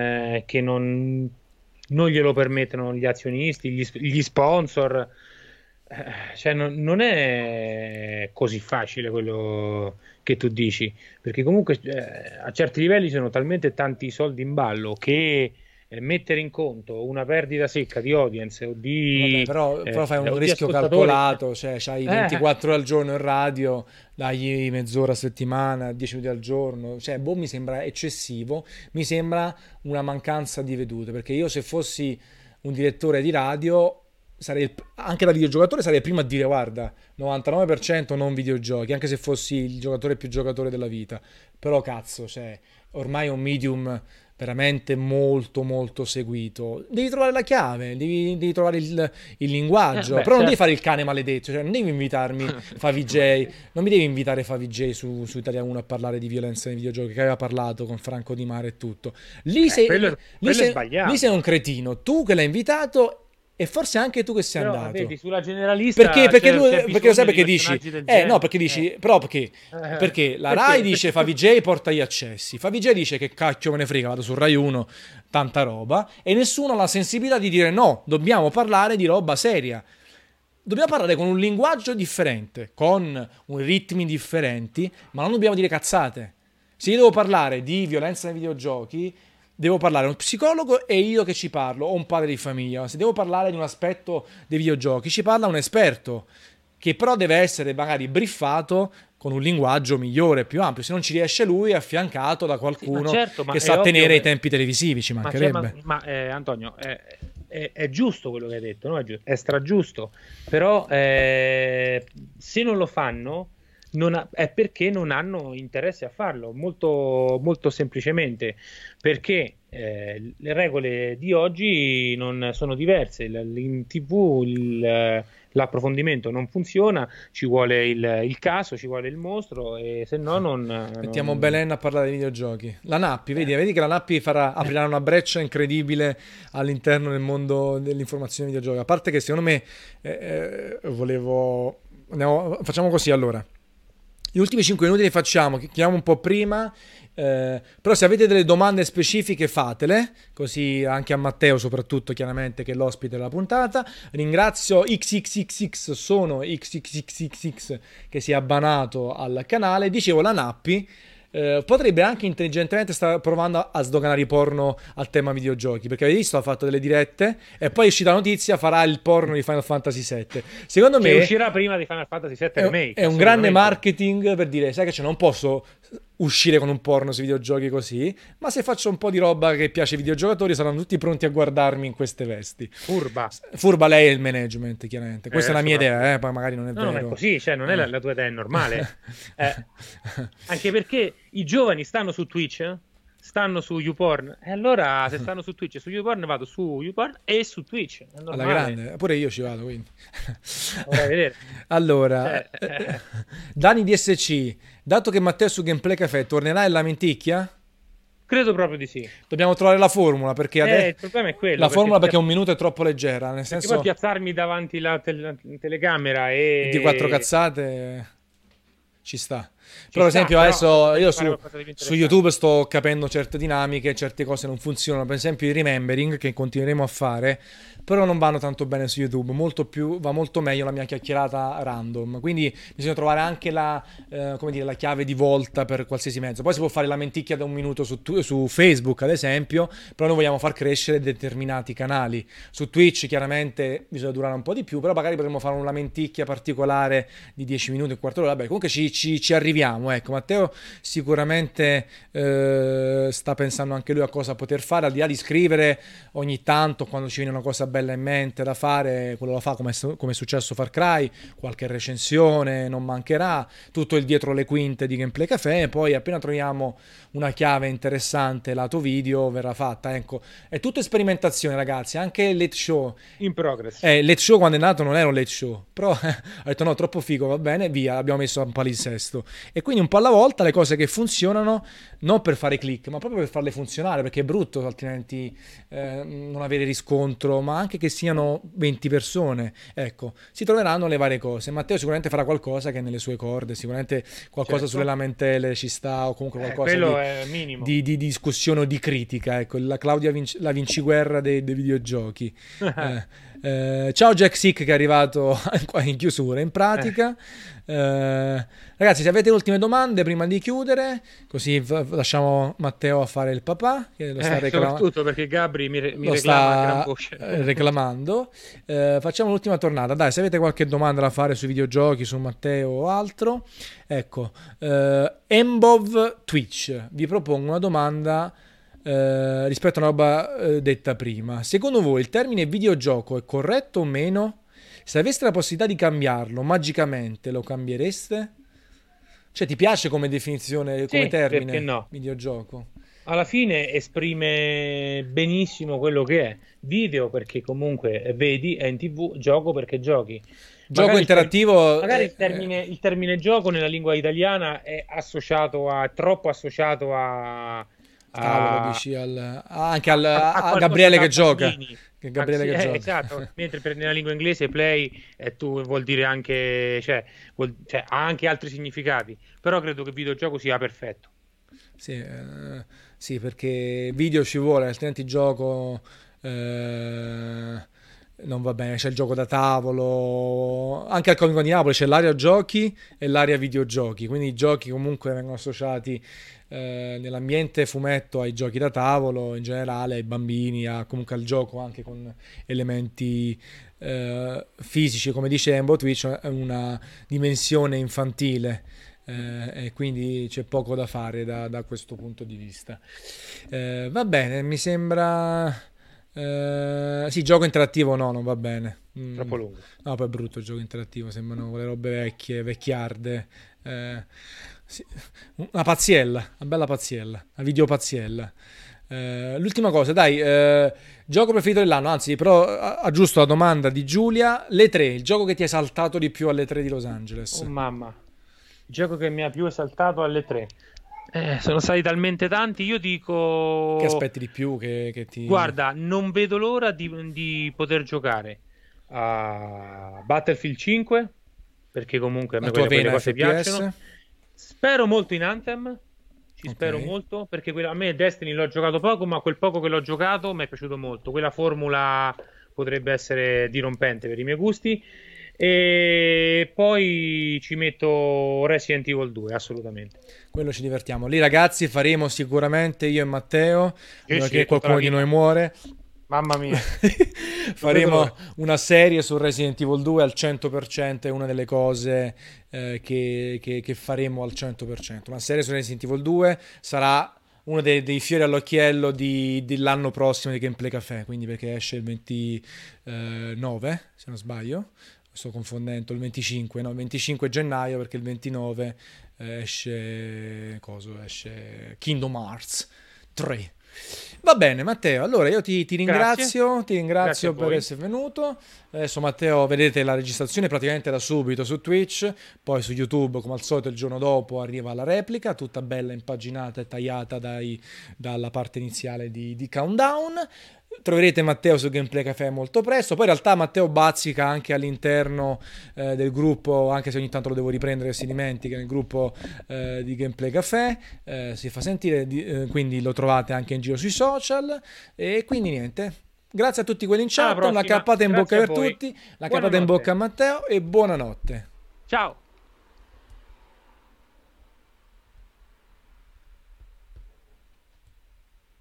non glielo permettono gli azionisti, gli sponsor. Cioè non è così facile quello che tu dici, perché comunque a certi livelli ci sono talmente tanti soldi in ballo che mettere in conto una perdita secca di audience o di però fai un rischio ascoltatori. calcolato, cioè c'hai 24 ore al giorno in radio, dagli mezz'ora a settimana, 10 minuti al giorno, cioè mi sembra eccessivo, mi sembra una mancanza di vedute, perché io se fossi un direttore di radio anche da videogiocatore sarei il primo a dire guarda 99% non videogiochi, anche se fossi il giocatore più giocatore della vita, però cazzo, cioè ormai è un medium veramente molto molto seguito, devi trovare la chiave, devi trovare il linguaggio, però non devi fare il cane maledetto, cioè non devi invitarmi Favij, non mi devi invitare Favij su Italia 1 a parlare di violenza nei videogiochi, che aveva parlato con Franco Di Mare e tutto, lì sei un cretino, tu che l'hai invitato. E forse anche tu che sei però, andato. Vedi, sulla generalista perché lo sai perché dici? No, perché dici, però perché la Rai dice Favij porta gli accessi. Favij dice che cacchio me ne frega, vado su Rai 1, tanta roba, e nessuno ha la sensibilità di dire no, dobbiamo parlare di roba seria. Dobbiamo parlare con un linguaggio differente, con ritmi differenti, ma non dobbiamo dire cazzate. Se io devo parlare di violenza nei videogiochi, devo parlare a uno psicologo e io che ci parlo, o un padre di famiglia. Se devo parlare di un aspetto dei videogiochi, ci parla un esperto, che però deve essere magari briefato con un linguaggio migliore, più ampio. Se non ci riesce lui, è affiancato da qualcuno che sa tenere i tempi televisivi, ci mancherebbe. Antonio, è giusto quello che hai detto, no? È stragiusto, però se non lo fanno è perché non hanno interesse a farlo, molto, molto semplicemente, perché le regole di oggi non sono diverse. In TV l'approfondimento non funziona, ci vuole il caso, ci vuole il mostro, e se no non... Mettiamo Belen a parlare di videogiochi. La Nappi, vedi che la Nappi aprirà una breccia incredibile all'interno del mondo dell'informazione videogiochi. A parte che secondo me facciamo così allora. Gli ultimi 5 minuti li facciamo, chiamiamo un po' prima, Però se avete delle domande specifiche fatele, così anche a Matteo soprattutto chiaramente che è l'ospite della puntata. Ringrazio XXXX, sono XXXX che si è abbanato al canale. Dicevo, la Nappi potrebbe anche intelligentemente stare provando a sdoganare i porno al tema videogiochi, perché avete visto, ha fatto delle dirette e poi è uscita la notizia, farà il porno di Final Fantasy VII. Secondo che me uscirà prima di Final Fantasy VII Remake. è un grande marketing per dire, sai che non posso uscire con un porno sui videogiochi così, ma se faccio un po' di roba che piace ai videogiocatori saranno tutti pronti a guardarmi in queste vesti. Furba lei è il management, chiaramente. Questa è la mia idea, poi magari non è vero. No, è così, cioè non è la tua idea, è normale. Anche perché i giovani stanno su Twitch, stanno su YouPorn, e allora se stanno su Twitch e su YouPorn vado su YouPorn e su Twitch. È alla grande, pure io ci vado, quindi. Vorrei vedere. Allora, Dani DSC, dato che Matteo su Gameplay Café tornerà in Lamenticchia? Credo proprio di sì. Dobbiamo trovare la formula, perché adesso il problema è quello. La formula perché un minuto è troppo leggera, nel senso, poi piazzarmi davanti la telecamera e di quattro cazzate ci sta. Però, per esempio, adesso io su YouTube sto capendo certe dinamiche, certe cose non funzionano. Per esempio, il remembering che continueremo a fare, però non vanno tanto bene su YouTube. Va molto meglio la mia chiacchierata random. Quindi bisogna trovare anche la chiave di volta per qualsiasi mezzo. Poi si può fare la menticchia da un minuto su Facebook, ad esempio, però noi vogliamo far crescere determinati canali. Su Twitch, chiaramente, bisogna durare un po' di più, però magari potremmo fare una menticchia particolare di 10 minuti, un quarto d'ora. Vabbè, comunque ci arriviamo. Ecco, Matteo sicuramente sta pensando anche lui a cosa poter fare, al di là di scrivere ogni tanto quando ci viene una cosa bella in mente da fare, quello lo fa come è successo Far Cry, qualche recensione non mancherà, tutto il dietro le quinte di Gameplay Café, e poi appena troviamo una chiave interessante lato video verrà fatta. Ecco, è tutto sperimentazione, ragazzi, anche il late show in progress. Late show quando è nato non era un late show, però ho detto no, troppo figo, va bene, via, abbiamo messo un palinsesto. E quindi un po' alla volta le cose che funzionano, non per fare click, ma proprio per farle funzionare, perché è brutto altrimenti non avere riscontro, ma anche che siano 20 persone, ecco, si troveranno le varie cose. Matteo sicuramente farà qualcosa che è nelle sue corde, sicuramente qualcosa sulle lamentele ci sta, o comunque qualcosa di discussione o di critica, ecco, la Claudia la Vinciguerra dei videogiochi. Ciao Jack Sick che è arrivato qua in chiusura in pratica. Ragazzi, se avete ultime domande prima di chiudere, così lasciamo Matteo a fare il papà, che lo sta soprattutto perché Gabri mi reclama a gran voce. Reclamando. Facciamo l'ultima tornata, dai, se avete qualche domanda da fare sui videogiochi, su Matteo o altro, ecco, Embov Twitch vi propongo una domanda rispetto a una roba detta prima. Secondo voi il termine videogioco è corretto o meno? Se aveste la possibilità di cambiarlo magicamente, lo cambiereste? Cioè, ti piace come definizione, come termine? Perché no? Videogioco. Alla fine esprime benissimo quello che è. Video perché comunque vedi, è in TV, gioco perché giochi. Gioco magari interattivo. Magari il termine gioco nella lingua italiana è troppo associato a dici anche a Gabriele che gioca. Che Gabriele che gioca. Esatto, mentre nella lingua inglese play tu vuol dire anche, cioè, ha anche altri significati, però credo che il videogioco sia perfetto. Sì, perché video ci vuole, altrimenti gioco non va bene. C'è il gioco da tavolo, anche al Comico di Napoli c'è l'area giochi e l'area videogiochi, quindi i giochi comunque vengono associati nell'ambiente fumetto ai giochi da tavolo in generale, ai bambini, comunque al gioco anche con elementi fisici, come dice Embo. Twitch è una dimensione infantile, e quindi c'è poco da fare da questo punto di vista. Va bene, mi sembra sì, gioco interattivo no, non va bene. Troppo lungo. No, poi è brutto il gioco interattivo, sembrano quelle robe vecchie, vecchiarde. Sì. Una paziella, una bella paziella, una videopazziella. L'ultima cosa, dai, gioco preferito dell'anno, anzi, però aggiusto la domanda di Giulia, le 3, il gioco che ti hai saltato di più alle 3 di Los Angeles. Oh mamma, il gioco che mi ha più esaltato alle 3. Sono stati talmente tanti, io dico... Che aspetti di più che ti... Guarda, non vedo l'ora di poter giocare a Battlefield 5, perché comunque a me quelle cose piacciono. Spero molto in Anthem, ci Ok, spero molto, perché a me Destiny l'ho giocato poco, ma quel poco che l'ho giocato mi è piaciuto molto. Quella formula potrebbe essere dirompente per i miei gusti. E poi ci metto Resident Evil 2, assolutamente. quello ci divertiamo. Lì ragazzi faremo sicuramente io e Matteo, a Sì, meno che sì, tutta la qualcuno di noi vita. muore, Mamma mia, non vedo faremo l'ora. una serie su Resident Evil 2 al 100%, è una delle cose che faremo al 100%. Una serie su Resident Evil 2 sarà uno dei fiori all'occhiello dell'anno prossimo di Gameplay Café, quindi perché esce il 29, se non sbaglio. Sto confondendo il 25, no, il 25 gennaio perché il 29 esce Kingdom Hearts 3. Va bene, Matteo. Allora io Grazie, ti grazie a ringrazio per voi. essere venuto. Adesso, Matteo, vedete la registrazione praticamente da subito su Twitch, poi su YouTube, come al solito, il giorno dopo arriva la replica, tutta bella impaginata e tagliata dalla parte iniziale di Countdown. Troverete Matteo su Gameplay Café molto presto. Poi in realtà Matteo bazzica anche all'interno del gruppo, anche se ogni tanto lo devo riprendere e si dimentica, nel gruppo di Gameplay Café. Si fa sentire, quindi lo trovate anche in giro sui social. E quindi niente. Grazie a tutti quelli in Alla chat. Una prossima, cappata in bocca grazie a per voi. tutti. La cappata in bocca Buonanotte. a Matteo e buonanotte. Ciao.